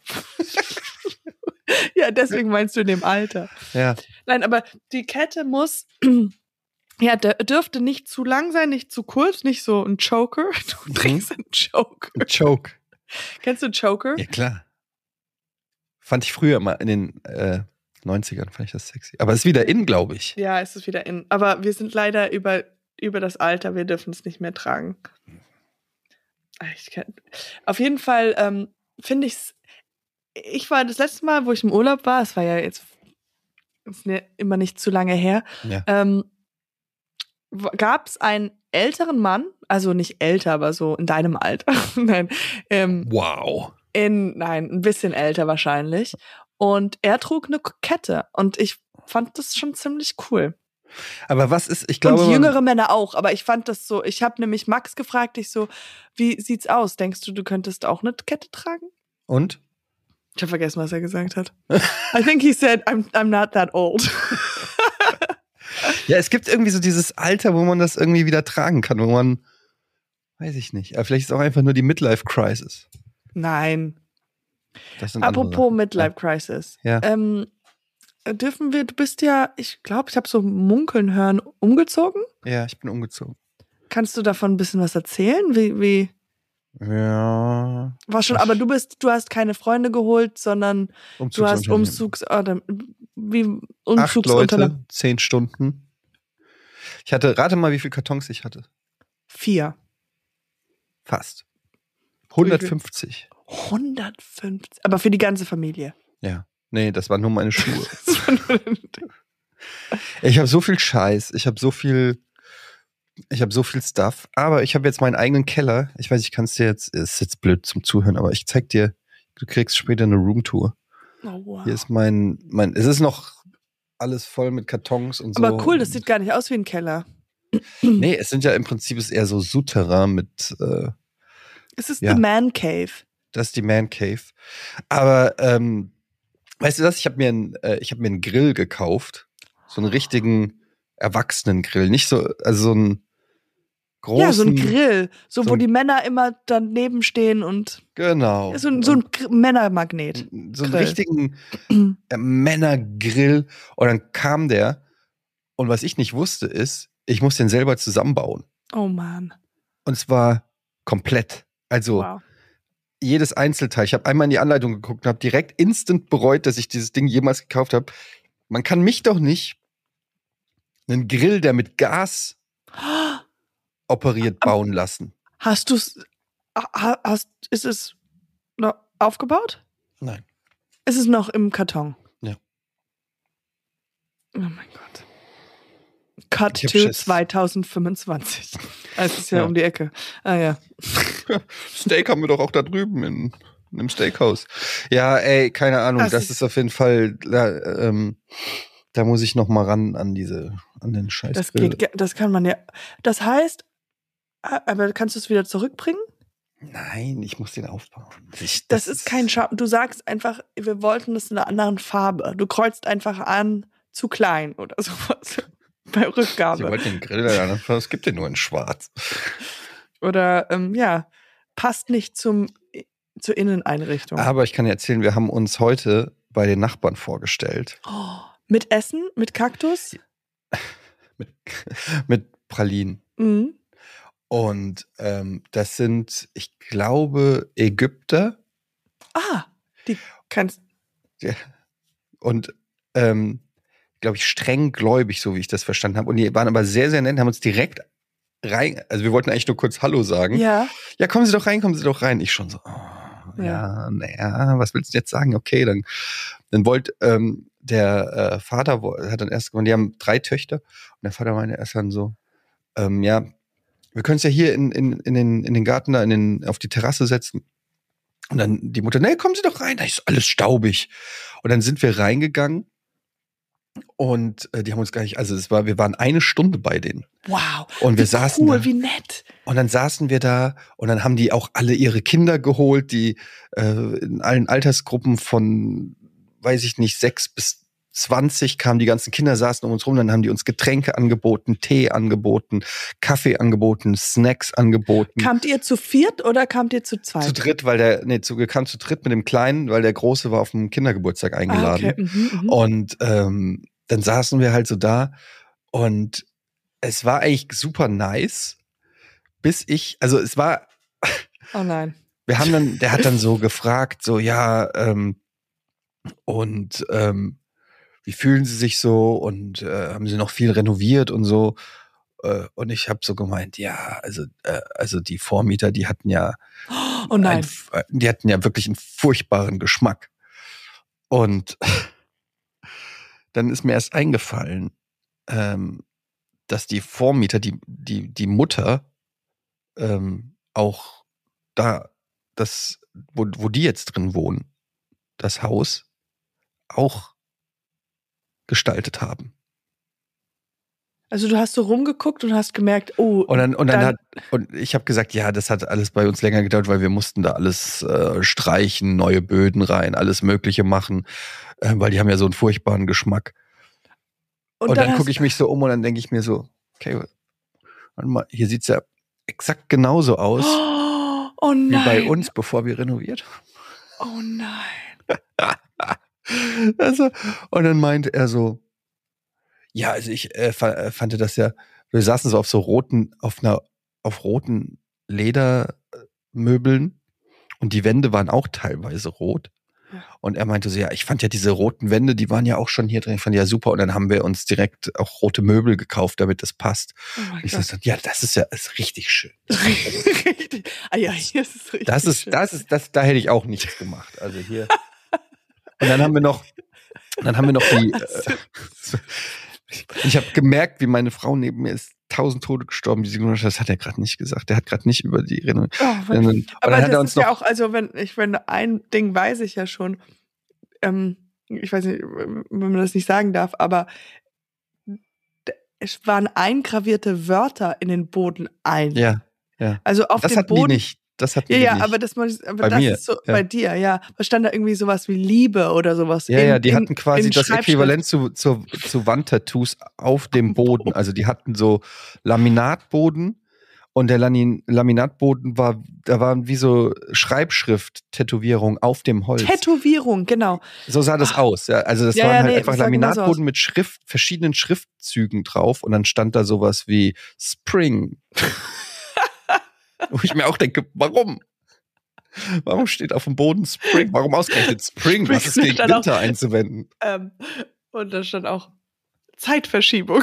Ja, deswegen meinst du in dem Alter. Ja. Nein, aber die Kette muss, ja, der dürfte nicht zu lang sein, nicht zu kurz, nicht so ein Choker. Du trägst einen Choker. Ein Choke. Kennst du einen Choker? Ja, klar. Fand ich früher mal in den äh, neunzigern, fand ich das sexy. Aber es ist wieder in, glaube ich. Ja, es ist wieder in. Aber wir sind leider über, über das Alter, wir dürfen es nicht mehr tragen. Ich kann, auf jeden Fall ähm, finde ich es, ich war das letzte Mal, wo ich im Urlaub war, es war ja jetzt ist mir immer nicht zu lange her, Ja. ähm, gab es einen älteren Mann, also nicht älter, aber so in deinem Alter, nein, ähm, Wow. in, nein, ein bisschen älter wahrscheinlich. Und er trug eine Kette und ich fand das schon ziemlich cool. Aber was ist, ich glaube. Und jüngere Männer auch, aber ich fand das so, ich habe nämlich Max gefragt, ich so, wie sieht's aus? Denkst du, du könntest auch eine Kette tragen? Und? Ich habe vergessen, was er gesagt hat. I think he said, I'm, I'm not that old. Ja, es gibt irgendwie so dieses Alter, wo man das irgendwie wieder tragen kann, wo man, weiß ich nicht, aber vielleicht ist es auch einfach nur die Midlife-Crisis. Nein. Das sind Apropos andere. Midlife Crisis. Ja. Ähm, dürfen wir, du bist ja, ich glaube, ich habe so munkeln hören, umgezogen? Ja, ich bin umgezogen. Kannst du davon ein bisschen was erzählen? Wie, wie? Ja. War schon, aber du bist, du hast keine Freunde geholt, sondern du hast Umzugs, oder wie Acht Umzugsunternehmen. Leute, zehn Stunden. Ich hatte, rate mal, wie viele Kartons ich hatte. Vier. Fast. hundertfünfzig. hundertfünfzig. Aber für die ganze Familie. Ja. Nee, das waren nur meine Schuhe. Ich habe so viel Scheiß, ich habe so viel, ich habe so viel Stuff, aber ich habe jetzt meinen eigenen Keller. Ich weiß, ich kann es dir jetzt, ist jetzt blöd zum Zuhören, aber ich zeig dir, du kriegst später eine Roomtour. Oh, wow. Hier ist mein, mein, es ist noch alles voll mit Kartons und so. Aber cool, das sieht gar nicht aus wie ein Keller. Nee, es sind ja im Prinzip ist eher so Souterrain mit, äh, Es ist ja. the Man Cave. Das ist die Man Cave. Aber ähm, weißt du das? Ich habe mir einen, äh, ich habe mir einen Grill gekauft, so einen richtigen erwachsenen Grill, nicht so, also so einen großen. Ja, so ein Grill, so, so wo ein- die Männer immer daneben stehen und Genau. so, ein- so ein Gr- Männermagnet. so einen Grill. richtigen äh, Männergrill. Und dann kam der. Und was ich nicht wusste, ist, ich muss den selber zusammenbauen. Oh Mann. Und zwar komplett. Also Wow. jedes Einzelteil. Ich habe einmal in die Anleitung geguckt und habe direkt instant bereut, dass ich dieses Ding jemals gekauft habe. Man kann mich doch nicht einen Grill, der mit Gas operiert, bauen lassen. Hast du es, hast, ist es noch aufgebaut? Nein. Ist es noch im Karton? Ja. Oh mein Gott. Cut Ich hab to Schiss. zwanzig fünfundzwanzig. Es ist ja, Ja. um die Ecke. Ah ja. Steak haben wir doch auch da drüben in, in einem Steakhouse. Ja, ey, keine Ahnung. Das Das, ist- ist auf jeden Fall, da, ähm, da muss ich noch mal ran an diese, an den Scheiß. Das geht, ge- das kann man ja. Das heißt, ah, aber kannst du es wieder zurückbringen? Nein, ich muss den aufbauen. Ich, Das, ist kein Schaden. Du sagst einfach, wir wollten das in einer anderen Farbe. Du kreuzt einfach an, zu klein oder sowas. Bei Sie Rückgabe. wollten den Grill da, es gibt den nur in schwarz. Oder, ähm, ja, passt nicht zum, zur Inneneinrichtung. Aber ich kann dir erzählen, wir haben uns heute bei den Nachbarn vorgestellt. Oh, mit Essen? Mit Kaktus? Mit, mit Pralinen. Mhm. Und ähm, das sind, ich glaube, Ägypter. Ah, die kannst. Ja. Und ähm, glaube ich, streng gläubig, so wie ich das verstanden habe. Und die waren aber sehr, sehr nett, haben uns direkt rein, also wir wollten eigentlich nur kurz Hallo sagen. Ja. Ja, kommen Sie doch rein, kommen Sie doch rein. Ich schon so, oh, Ja. ja, naja, was willst du jetzt sagen? Okay, dann, dann wollt, ähm, der äh, Vater wo- hat dann erst gemeint, die haben drei Töchter und der Vater meinte erst dann so, ähm, ja, wir können es ja hier in, in, in, den, in den Garten da in den, auf die Terrasse setzen. Und dann die Mutter, nee, kommen Sie doch rein, da ist alles staubig. Und dann sind wir reingegangen und äh, die haben uns gar nicht, also es war, wir waren eine Stunde bei denen. Wow. Und wir wie saßen cool, da. wie nett. Und dann saßen wir da und dann haben die auch alle ihre Kinder geholt, die äh, in allen Altersgruppen von, weiß ich nicht, sechs bis zwanzig kamen die ganzen Kinder, saßen um uns rum, dann haben die uns Getränke angeboten, Tee angeboten, Kaffee angeboten, Snacks angeboten. Kamt ihr zu viert oder kamt ihr zu zweit? Zu dritt, weil der, nee, zu, wir kamen zu dritt mit dem Kleinen, weil der Große war auf dem Kindergeburtstag eingeladen. Ah, okay. mhm, mhm. Und ähm, dann saßen wir halt so da und es war eigentlich super nice, bis ich, also es war, Oh nein. wir haben dann, der hat dann so gefragt, so ja, ähm, und ähm, wie fühlen Sie sich so und äh, haben Sie noch viel renoviert und so. Äh, und ich habe so gemeint, ja, also äh, also die Vormieter, die hatten ja, Oh nein. ein, die hatten ja wirklich einen furchtbaren Geschmack. Und dann ist mir erst eingefallen, ähm, dass die Vormieter, die die die Mutter ähm, auch da, das, wo, wo die jetzt drin wohnen, das Haus auch gestaltet haben. Also du hast so rumgeguckt und hast gemerkt, oh. Und dann, und dann, dann hat, und ich habe gesagt, ja, das hat alles bei uns länger gedauert, weil wir mussten da alles äh, streichen, neue Böden rein, alles Mögliche machen, äh, weil die haben ja so einen furchtbaren Geschmack. Und, und dann, dann gucke ich mich so um und dann denke ich mir so, okay, warte mal, hier sieht's ja exakt genauso aus oh nein. wie bei uns, bevor wir renoviert haben. Oh nein. Also, und dann meinte er so, ja, also ich äh, fand das ja, wir saßen so auf so roten, auf einer, auf roten Ledermöbeln und die Wände waren auch teilweise rot. Ja. Und er meinte so, ja, ich fand ja diese roten Wände, die waren ja auch schon hier drin, ich fand die ja super. Und dann haben wir uns direkt auch rote Möbel gekauft, damit das passt. Oh und ich so, ja, das ist ja ist richtig schön. richtig. Ah ja, hier ist es richtig das ist, schön. Das ist, das, da hätte ich auch nichts gemacht. Also hier. Und dann haben wir noch, dann haben wir noch die, äh, ich habe gemerkt, wie meine Frau neben mir ist tausend Tode gestorben, die sie gesagt hat, das hat er gerade nicht gesagt. Der hat gerade nicht über die Renovierung. Oh, und aber dann hat das er uns ist noch ja auch, also wenn ich, wenn ein Ding weiß ich ja schon, ähm, ich weiß nicht, wenn man das nicht sagen darf, aber es waren eingravierte Wörter in den Boden ein. Ja, ja. Also auf das den hatten Boden. Die nicht. Das hatten ja, die ja, nicht. aber das, aber bei das mir, ist so ja. bei dir, ja. Da stand da irgendwie sowas wie Liebe oder sowas. Ja, in, ja, die in, hatten quasi in das Äquivalent zu, zu, zu Wandtattoos auf dem Boden. Also die hatten so Laminatboden und der Lamin, Laminatboden war, da waren wie so Schreibschrift-Tätowierung auf dem Holz. Tätowierung, genau. So sah das aus. Ja. Also das ja, waren ja, halt nee, einfach das Laminatboden genau mit Schrift, verschiedenen Schriftzügen drauf und dann stand da sowas wie Spring. Wo ich mir auch denke, warum? Warum steht auf dem Boden Spring? Warum ausgerechnet Spring? Was ist gegen Winter auch, einzuwenden? Ähm, und da stand auch Zeitverschiebung.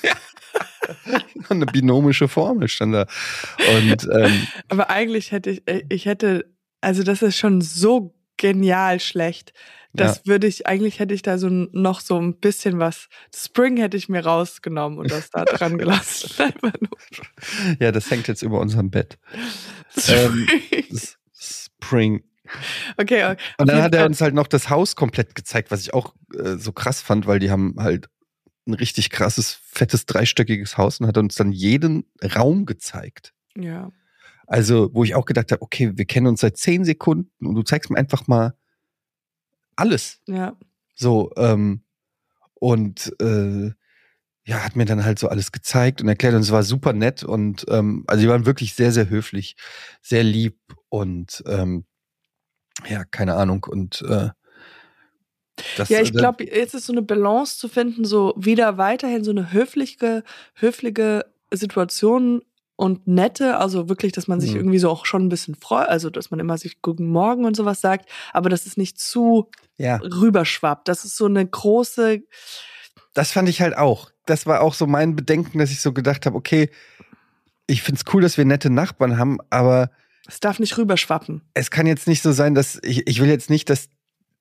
Eine binomische Formel stand da. Und, ähm, aber eigentlich hätte ich, ich hätte, also das ist schon so genial schlecht. Das ja. würde ich, eigentlich hätte ich da so noch so ein bisschen was, Spring hätte ich mir rausgenommen und das da dran gelassen. Ja, das hängt jetzt über unserem Bett. Spring. Ähm, Spring. Okay, okay. Und dann hat er uns halt noch das Haus komplett gezeigt, was ich auch äh, so krass fand, weil die haben halt ein richtig krasses, fettes, dreistöckiges Haus und hat uns dann jeden Raum gezeigt. Ja. Also, wo ich auch gedacht habe, okay, wir kennen uns seit zehn Sekunden und du zeigst mir einfach mal alles. Ja. So, ähm, und äh, ja, hat mir dann halt so alles gezeigt und erklärt und es war super nett und ähm, also die waren wirklich sehr, sehr höflich, sehr lieb und ähm, ja, keine Ahnung und äh, das, ja, ich glaube, jetzt ist so eine Balance zu finden, so wieder weiterhin so eine höfliche, höfliche Situation und nette, also wirklich, dass man sich mhm. irgendwie so auch schon ein bisschen freut, also dass man immer sich Guten Morgen und sowas sagt, aber dass es nicht zu ja. rüberschwappt. Das ist so eine große. Das fand ich halt auch. Das war auch so mein Bedenken, dass ich so gedacht habe, okay, ich find's cool, dass wir nette Nachbarn haben, aber es darf nicht rüberschwappen. Es kann jetzt nicht so sein, dass ich, ich will jetzt nicht, dass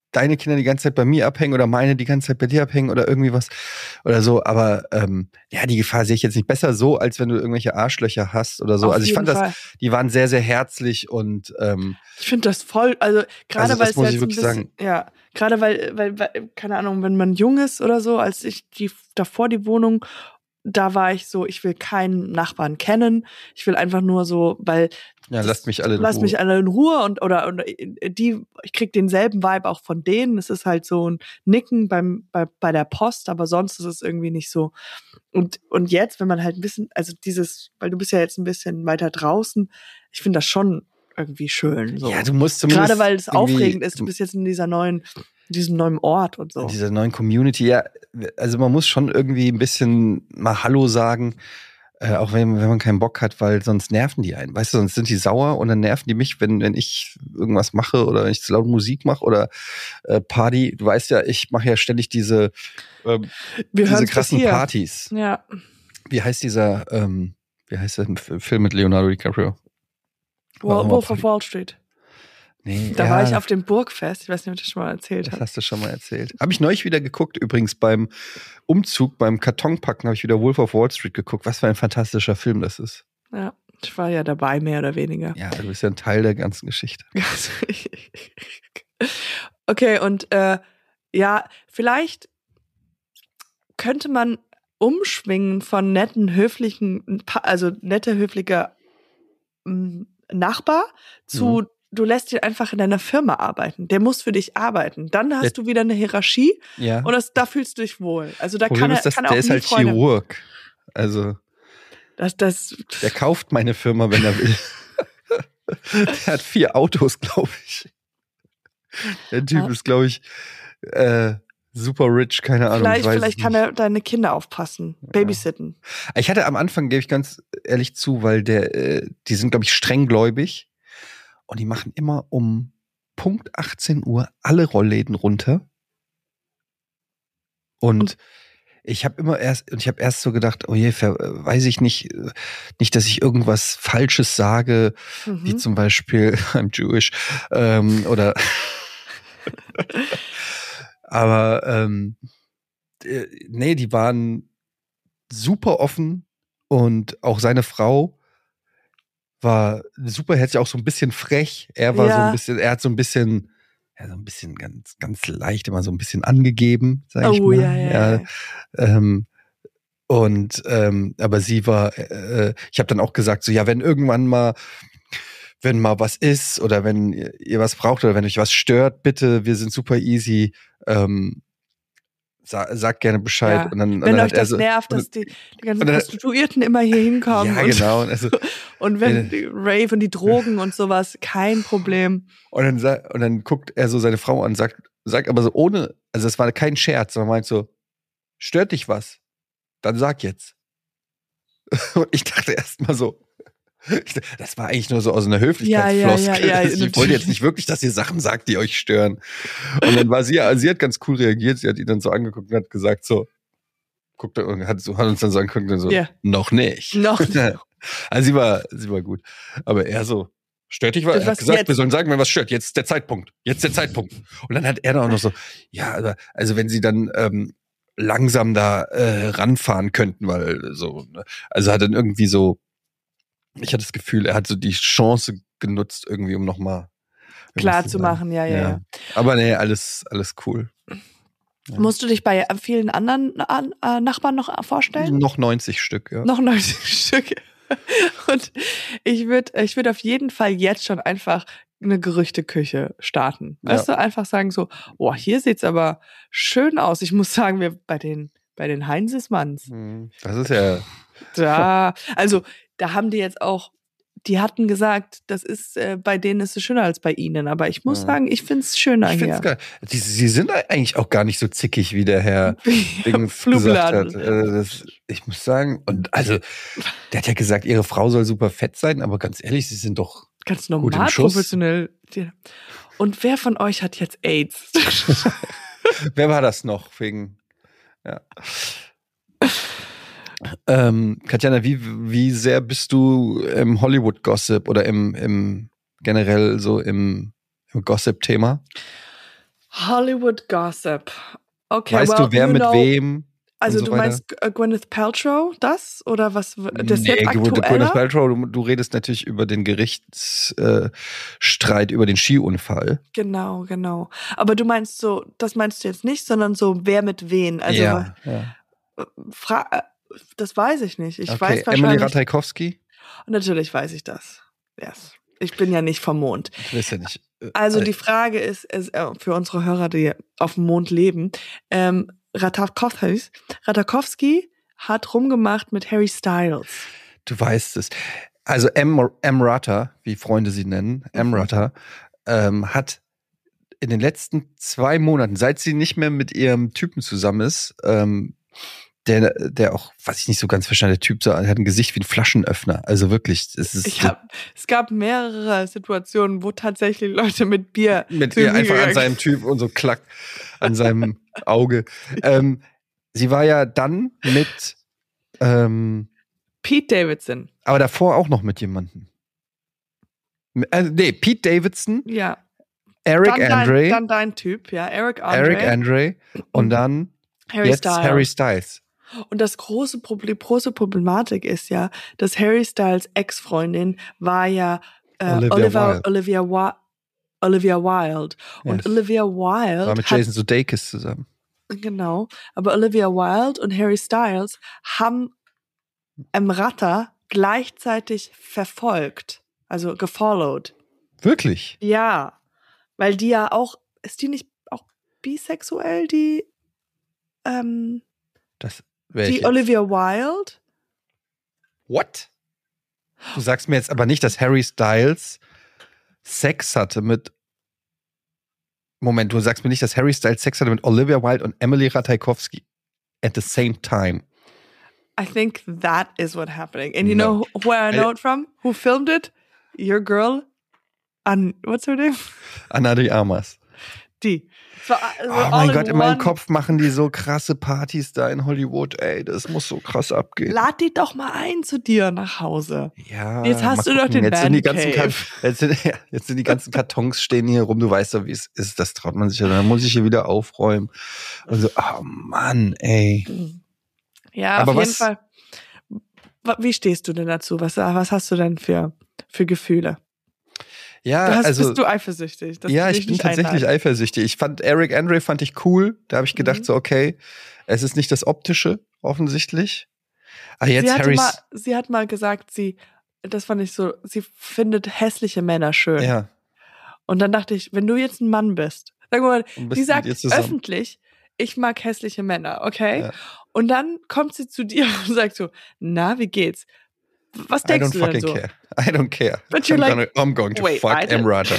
deine Kinder die ganze Zeit bei mir abhängen oder meine die ganze Zeit bei dir abhängen oder irgendwie was oder so. Aber ähm, ja, die Gefahr sehe ich jetzt nicht. Besser so, als wenn du irgendwelche Arschlöcher hast oder so. Auf also ich jeden fand Fall. das, die waren sehr, sehr herzlich und ähm, Ich finde das voll, also gerade Also das weil es muss jetzt ich ein wirklich bisschen, sagen. ja, gerade weil, weil, weil, keine Ahnung, wenn man jung ist oder so, als ich die davor die Wohnung, da war ich so, ich will keinen Nachbarn kennen, ich will einfach nur so, weil ja, das- lasst mich alle in Lass Ruhe. mich alle in Ruhe und oder, oder die, ich krieg denselben Vibe auch von denen. Es ist halt so ein Nicken beim bei, bei der Post, aber sonst ist es irgendwie nicht so. Und und jetzt, wenn man halt ein bisschen, also dieses, weil du bist ja jetzt ein bisschen weiter draußen, ich finde das schon irgendwie schön. So. Ja, du musst zumindest Gerade weil es irgendwie aufregend ist, du bist jetzt in dieser neuen, in diesem neuen Ort und so. in dieser neuen Community, ja, also man muss schon irgendwie ein bisschen mal Hallo sagen, äh, auch wenn, wenn man keinen Bock hat, weil sonst nerven die einen. Weißt du, sonst sind die sauer und dann nerven die mich, wenn, wenn ich irgendwas mache oder wenn ich zu laut Musik mache oder äh, Party. Du weißt ja, ich mache ja ständig diese, ähm, Wir diese hören's bis krassen hier. Partys. Ja. Wie heißt dieser, ähm, wie heißt der F- Film mit Leonardo DiCaprio? Wol- mal Wolf of Party. Wall Street. Nee, Da ja, war ich auf dem Burgfest. Ich weiß nicht, ob ich das schon mal erzählt das habe. hast du schon mal erzählt. Habe ich neulich wieder geguckt, übrigens beim Umzug, beim Kartonpacken habe ich wieder Wolf of Wall Street geguckt. Was für ein fantastischer Film das ist. Ja, ich war ja dabei, mehr oder weniger. Ja, du bist ja ein Teil der ganzen Geschichte. Okay, und äh, ja, vielleicht könnte man umschwingen von netten, höflichen, Pa- also netter, höflicher m, Nachbar zu, Mhm. du lässt ihn einfach in deiner Firma arbeiten. Der muss für dich arbeiten. Dann hast Ja. du wieder eine Hierarchie Ja. und das, da fühlst du dich wohl. Also da Problem kann er, ist, dass kann er der auch ist nie halt Freunde. Chirurg. Also, Das, das, der kauft meine Firma, wenn er will. Der hat vier Autos, glaube ich. Der Typ Ah. ist, glaube ich, äh, super rich, keine Ahnung. vielleicht ich weiß vielleicht es kann nicht. er deine Kinder aufpassen, babysitten. Ich hatte am Anfang, gebe ich ganz ehrlich zu, weil der, äh, die sind, glaube ich, strenggläubig und die machen immer um Punkt achtzehn Uhr alle Rollläden runter. Und, Und- ich habe immer erst, und ich habe erst so gedacht, oh je, ver, weiß ich nicht, äh, nicht, dass ich irgendwas Falsches sage, wie Mhm. zum Beispiel I'm Jewish ähm, oder aber ähm, äh, nee, die waren super offen und auch seine Frau war super herzlich, auch so ein bisschen frech. Er war so Ja. ein bisschen, er hat so ein bisschen, ja, so ein bisschen ganz, ganz leicht immer so ein bisschen angegeben, sag ich Oh mal. ja, ja, ja. Ähm, und ähm, aber sie war, äh, ich habe dann auch gesagt, so ja, wenn irgendwann mal, wenn mal was ist oder wenn ihr, ihr was braucht oder wenn euch was stört, bitte, wir sind super easy. Ähm, sag, sag gerne Bescheid. Ja. Und dann, und Wenn dann euch hat er das so, nervt, und- dass die, die ganzen und dann- Prostituierten immer hier hinkommen. Ja, und, genau. Und, also, und wenn Äh. die Rave und die Drogen und sowas, kein Problem. und, dann, sa- und dann guckt er so seine Frau an und sagt, sagt aber so ohne, also es war kein Scherz, sondern meint so, stört dich was? Dann sag jetzt. Und ich dachte erst mal so, ich dachte, das war eigentlich nur so aus einer Höflichkeitsfloskel. Ja, ja, ja, ja, ich wollte natürlich. jetzt nicht wirklich, dass ihr Sachen sagt, die euch stören. Und dann war sie, also sie hat ganz cool reagiert, sie hat ihn dann so angeguckt und hat gesagt so, guckt er und hat, so, hat uns dann so angeguckt und so, Ja. noch nicht. Noch nicht. Also sie war, sie war gut. Aber er so, stört dich was? Er Was hat gesagt, jetzt? wir sollen sagen, wenn was stört. Jetzt ist der Zeitpunkt. Jetzt ist der Zeitpunkt. Und dann hat er dann auch noch so, ja, aber, also wenn sie dann ähm, langsam da äh, ranfahren könnten, weil so, ne? Also hat dann irgendwie so, ich hatte das Gefühl, er hat so die Chance genutzt, irgendwie, um nochmal Klar zu machen, ja, ja, ja. Aber nee, alles, alles cool. Ja. Musst du dich bei vielen anderen an, äh, Nachbarn noch vorstellen? Noch neunzig Stück, ja. Noch neunzig Stück. Und ich würde ich würd auf jeden Fall jetzt schon einfach eine Gerüchteküche starten. Weißt Ja. du, einfach sagen so, oh, hier sieht's aber schön aus. Ich muss sagen, wir bei den, bei den Heinzesmanns, Hm, Das ist ja, da, also da haben die jetzt auch, die hatten gesagt, das ist, äh, bei denen ist es schöner als bei ihnen. Aber ich muss Ja. sagen, ich find's schöner ich hier. find's geil. Die, sie sind eigentlich auch gar nicht so zickig, wie der Herr Dings gesagt Flubladen. hat. Äh, das, ich muss sagen, und also, der hat ja gesagt, ihre Frau soll super fett sein, aber ganz ehrlich, sie sind doch Ganz Gut im normal, Schuss. professionell. Ja. Und wer von euch hat jetzt AIDS? Wer war das noch? Wegen. Ja. ähm, Katjana, wie, wie sehr bist du im Hollywood-Gossip oder im, im generell so im, im Gossip-Thema? Hollywood Gossip. Okay, weißt well, du, wer you mit know, wem? Also so du weiter? meinst äh, Gwyneth Paltrow, das? Oder was? Das nee, jetzt Gwyneth aktueller? Paltrow, du, du redest natürlich über den Gerichtsstreit, äh, über den Skiunfall. Genau, genau. Aber du meinst so, das meinst du jetzt nicht, sondern so, wer mit wen? Also, ja, ja. Fra- äh, das weiß ich nicht. Ich Okay, weiß Emily wahrscheinlich. Ratajkowski? Natürlich weiß ich das. Yes. Ich bin ja nicht vom Mond. Ich weiß ja nicht. Äh, Also äh, die Frage ist, ist äh, für unsere Hörer, die auf dem Mond leben, ähm, Ratajkowski, Ratajkowski hat rumgemacht mit Harry Styles. Du weißt es. Also M. Emrata, wie Freunde sie nennen, Emrata, ähm, hat in den letzten zwei Monaten, seit sie nicht mehr mit ihrem Typen zusammen ist, ähm, der, der auch, was ich nicht so ganz verstanden, der Typ so, er hat ein Gesicht wie ein Flaschenöffner. Also wirklich, es ist Ich hab, es gab mehrere Situationen, wo tatsächlich Leute mit Bier mit zu ihr mir einfach an gegangen seinem Typ und so klack an seinem Auge. Ähm, sie war ja dann mit ähm, Pete Davidson. aber davor auch noch mit jemandem. Äh, nee, Pete Davidson, Ja. Eric dann Andre, Dein, dann dein Typ, ja, Eric Andre. Eric Andre und dann Harry jetzt Styles. Harry Styles. Und das große Problem, große Problematik ist ja, dass Harry Styles Ex-Freundin war ja äh, Olivia Olivia, Wilde. Olivia, Wi- Olivia Wilde. Und Yes. Olivia Wilde War mit hat, Jason Sudeikis zusammen. genau, aber Olivia Wilde und Harry Styles haben Emrata gleichzeitig verfolgt, also gefollowed. Wirklich? Ja, weil die ja auch, ist die nicht auch bisexuell, die, ähm, Das wäre die ich Olivia Wilde? What? Du sagst mir jetzt aber nicht, dass Harry Styles Sex hatte mit Moment, du sagst mir nicht, dass Harry Styles Sex hatte mit Olivia Wilde und Emily Ratajkowski at the same time. I think that is what happening. And you No. know where I know I- it from? Who filmed it? Your girl? An, what's her name? Anna de Armas. Die. Es war, es Oh war mein all Gott, in meinem one. Kopf machen die so krasse Partys da in Hollywood. Ey, das muss so krass abgehen. Lad die doch mal ein zu dir nach Hause. Ja, Jetzt hast mal du doch gucken. den jetzt sind, die ganzen Man Kar- Cave. jetzt, sind, ja, jetzt sind die ganzen Kartons stehen hier rum. Du weißt doch, wie es ist. Das traut man sich ja. Dann muss ich hier wieder aufräumen. Und so, oh Mann, ey. Ja, Aber auf jeden was- Fall. Wa- Wie stehst du denn dazu? Was, was hast du denn für, für Gefühle? Ja, Du hast, also. bist du eifersüchtig? dass Ja, du ich dich bin nicht tatsächlich einladen? eifersüchtig. Ich fand Eric Andre fand ich cool. Da habe ich gedacht Mhm. so, okay, es ist nicht das Optische, offensichtlich. Aber jetzt Sie, hatte Harrys. mal, sie hat mal gesagt, sie, das fand ich so, sie findet hässliche Männer schön. Ja, Und dann dachte ich, wenn du jetzt ein Mann bist, sag mal, Und bist die mit sagt ihr zusammen. öffentlich, ich mag hässliche Männer, okay? Ja. Und dann kommt sie zu dir und sagt so, na, wie geht's? Was I denkst don't du denn fucking so? care. I don't care. But you're I'm, like, gonna, I'm going to wait, fuck I did- Emrata.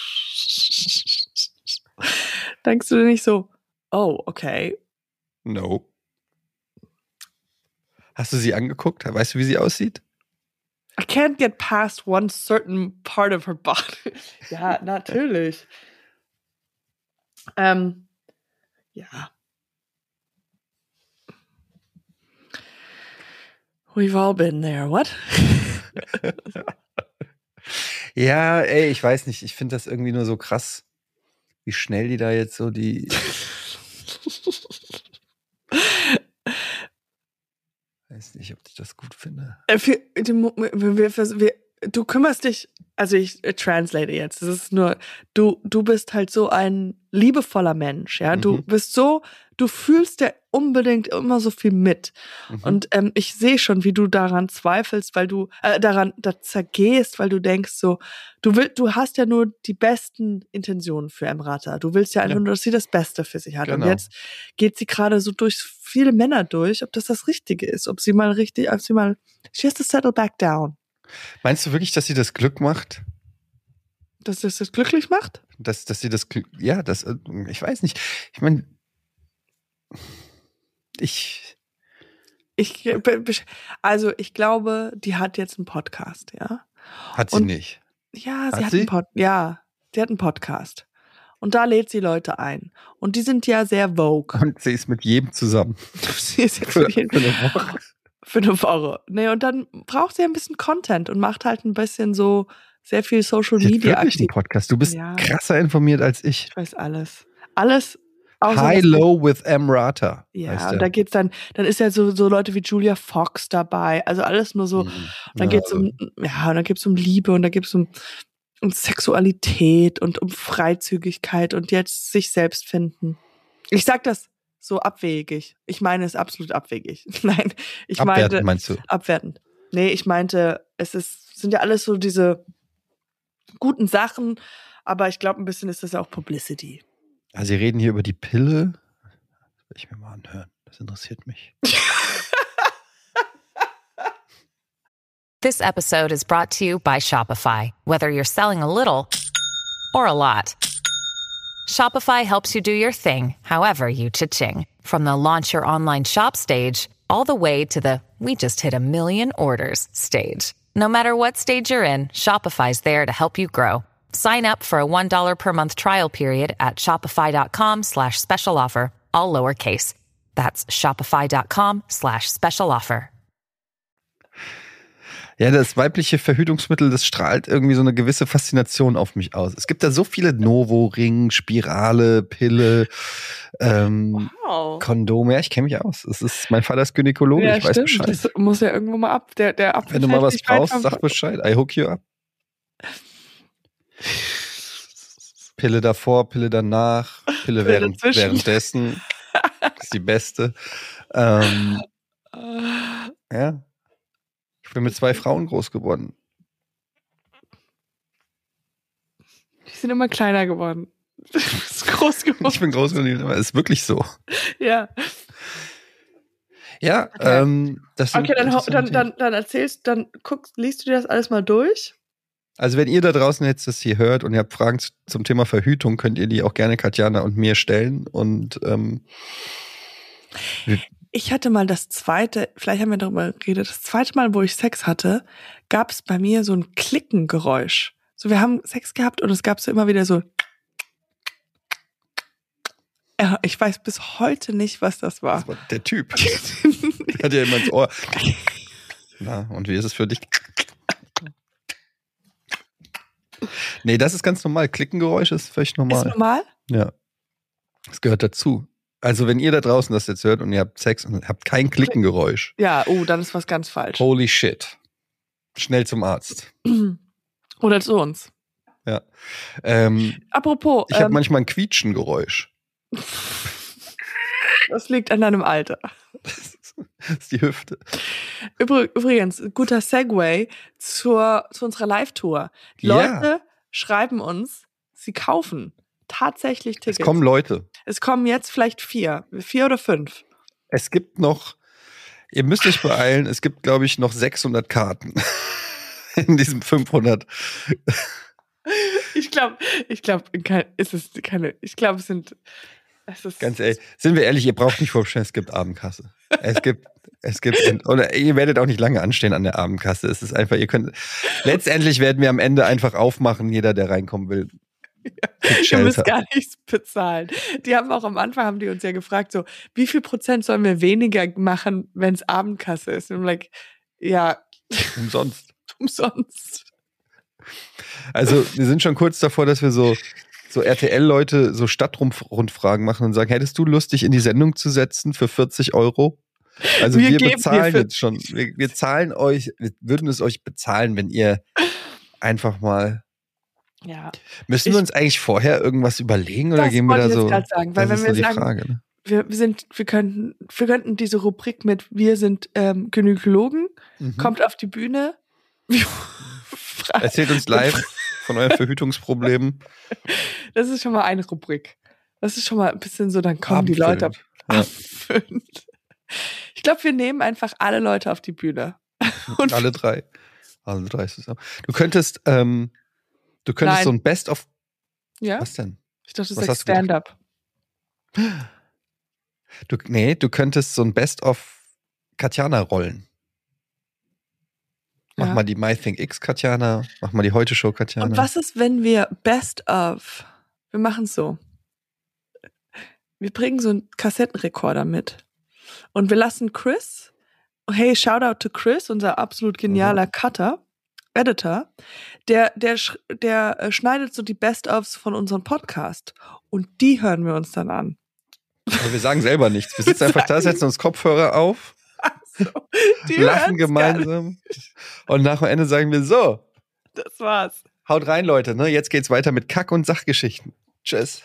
Denkst du dir nicht so, oh, okay. No. Hast du sie angeguckt? Weißt du, wie sie aussieht? I can't get past one certain part of her body. Ja, natürlich. Ähm, ja. We've all been there, what? Ja, ey, ich weiß nicht. Ich finde das irgendwie nur so krass, wie schnell die da jetzt so die. Weiß nicht, ob ich das gut finde. Äh, Für, die Mo- wir, wir, wir, du kümmerst dich, also ich äh, translate jetzt, das ist nur, du, du bist halt so ein liebevoller Mensch, ja, du Mhm. bist so, du fühlst ja unbedingt immer so viel mit. Mhm. Und ähm, ich sehe schon, wie du daran zweifelst, weil du äh, daran da zergehst, weil du denkst so, du willst, du hast ja nur die besten Intentionen für Emrata. Du willst ja einfach Ja. nur, dass sie das Beste für sich hat. Genau. Und jetzt geht sie gerade so durch viele Männer durch, ob das das Richtige ist, ob sie mal richtig, ob sie mal, she has to settle back down. Meinst du wirklich, dass sie das Glück macht? Dass das das glücklich macht? Dass, dass sie das Glück. Ja, das. äh, Ich weiß nicht. Ich meine. Ich. Ich, be- be- also ich glaube, die hat jetzt einen Podcast, ja. Hat sie Und- nicht. Ja, sie Hat hat, sie? einen Pod, ja, sie hat einen Podcast. Und da lädt sie Leute ein. Und die sind ja sehr vogue. Und sie ist mit jedem zusammen. sie ist ja Für, für, jeden, für eine Woche. für eine Woche. Nee, und dann braucht sie ein bisschen Content und macht halt ein bisschen so sehr viel Social Sie hat Media wirklich einen aktiv. Podcast. Du bist Ja. krasser informiert als ich. Ich weiß alles. Alles außer High das- Low with Amrata. Ja, heißt und der. da geht's dann, dann ist ja so, so Leute wie Julia Fox dabei. Also alles nur so, Mhm. und dann Ja, geht's um, ja, und dann geht's um Liebe und dann geht's um, um Sexualität und um Freizügigkeit und jetzt sich selbst finden. Ich sag das so abwegig. Ich meine es absolut abwegig. Nein, ich Abwertend, meinte, meinst du? abwertend. Nee, ich meinte, es ist, sind ja alles so diese guten Sachen, aber ich glaube, ein bisschen ist das ja auch Publicity. Ja, Sie reden hier über die Pille. Das will ich mir mal anhören. Das interessiert mich. This episode is brought to you by Shopify. Whether you're selling a little or a lot, Shopify helps you do your thing, however you cha-ching. From the launch your online shop stage, all the way to the we just hit a million orders stage. No matter what stage you're in, Shopify's there to help you grow. Sign up for a one dollar per month trial period at shopify.com slash special offer, all lowercase. That's shopify.com slash special offer. Ja, das weibliche Verhütungsmittel, das strahlt irgendwie so eine gewisse Faszination auf mich aus. Es gibt da so viele Novo-Ring, Spirale, Pille, ähm, Wow. Kondome. Ja, ich kenne mich aus. Es ist, mein Vater ist Gynäkologe, Ja, ich weiß stimmt. Bescheid. Das muss ja irgendwo mal ab. Der, der Apfel Wenn du mal fällt was nicht weit brauchst, vom- sag Bescheid. I hook you up. Pille davor, Pille danach, Pille, Pille während, dazwischen. währenddessen. Ist die beste. Ähm, ja. Ich bin mit zwei Frauen groß geworden. Die sind immer kleiner geworden. Du bist groß geworden. Ich bin groß geworden, aber ist wirklich so. Ja. Ja, Okay. ähm, das sind Okay, dann, hau- interessante dann, Themen. dann, dann erzählst, dann guckst, liest du dir das alles mal durch. Also wenn ihr da draußen jetzt das hier hört und ihr habt Fragen zu- zum Thema Verhütung, könnt ihr die auch gerne Katjana und mir stellen. Und ähm, Ich hatte mal das zweite, vielleicht haben wir darüber geredet, das zweite Mal, wo ich Sex hatte, gab es bei mir so ein Klickengeräusch. So, wir haben Sex gehabt und es gab so immer wieder so. Ja, ich weiß bis heute nicht, was das war. das war der Typ. Der hat ja immer ins Ohr. Na, und wie ist es für dich? Nee, das ist ganz normal. Klickengeräusch ist völlig Ist normal. normal? Ja. Das gehört dazu. Also wenn ihr da draußen das jetzt hört und ihr habt Sex und habt kein Klickengeräusch, Ja, oh, dann ist was ganz falsch. holy shit. Schnell zum Arzt. Oder zu uns. Ja. Ähm, Apropos, ich habe ähm, manchmal ein Quietschengeräusch. das liegt an deinem Alter. Das ist die Hüfte. Übr- Übrigens, guter Segway zur, zu unserer Live-Tour. Die Ja. Leute schreiben uns, sie kaufen tatsächlich Tickets. Es kommen Leute. Es kommen jetzt vielleicht vier, vier oder fünf. Es gibt noch, ihr müsst euch beeilen, es gibt, glaube ich, noch sechshundert Karten in diesem fünfhundert. Ich glaube, ich glaube, ist es keine, ich glaube, es sind, es ist, Ganz ehrlich, sind wir ehrlich, ihr braucht nicht vorstellen, es gibt Abendkasse. Es gibt, es gibt, oder ihr werdet auch nicht lange anstehen an der Abendkasse. Es ist einfach, ihr könnt, letztendlich werden wir am Ende einfach aufmachen, jeder, der reinkommen will. kriegt ihr müsst Shelter. gar nichts bezahlen. Die haben auch am Anfang, haben die uns ja gefragt, so, wie viel Prozent sollen wir weniger machen, wenn es Abendkasse ist? Und I'm like, ja, Umsonst. umsonst. Also, wir sind schon kurz davor, dass wir so, so R T L-Leute so Stadtrundfragen machen und sagen, hättest du Lust, dich in die Sendung zu setzen für vierzig Euro? Also Wir wir, geben dir bezahlen für- jetzt schon, wir, wir zahlen euch, wir würden es euch bezahlen, wenn ihr einfach mal, Ja, müssen Ich- wir uns eigentlich vorher irgendwas überlegen oder das gehen wir wollte da ich jetzt so? gerade sagen, weil das wenn ist wir so die sagen, Frage, ne? wir, wir sind, wir könnten, wir könnten diese Rubrik mit wir sind ähm, Gynäkologen, Mhm. kommt auf die Bühne. Fra- Erzählt uns live von euren Verhütungsproblemen. Das ist schon mal eine Rubrik. Das ist schon mal ein bisschen so, dann kommen die Leute Abendfüllend. abfüllend. Ich glaube, wir nehmen einfach alle Leute auf die Bühne. Und Alle drei. Alle drei zusammen. Du könntest, ähm, du könntest Nein. so ein Best-of. ja, Was denn? ich dachte, das Was ist hast du gedacht? Stand-up. Du, nee, du könntest so ein Best-of Katjana rollen. Mach Ja. mal die My Think X Katjana, mach mal die Heute Show Katjana. Und was ist, wenn wir Best of, wir machen es so. Wir bringen so einen Kassettenrekorder mit. Und wir lassen Chris, hey, Shoutout to Chris, unser absolut genialer Cutter, Editor, der, der, sch- der äh, schneidet so die Best-ofs von unserem Podcast. Und die hören wir uns dann an. Aber wir sagen selber nichts. Wir sitzen einfach da, setzen uns Kopfhörer auf, So, die lachen hören's gemeinsam. Und nach dem Ende sagen wir so, gar- Das war's. haut rein, Leute. Ne? Jetzt geht's weiter mit Kack- und Sachgeschichten. Tschüss.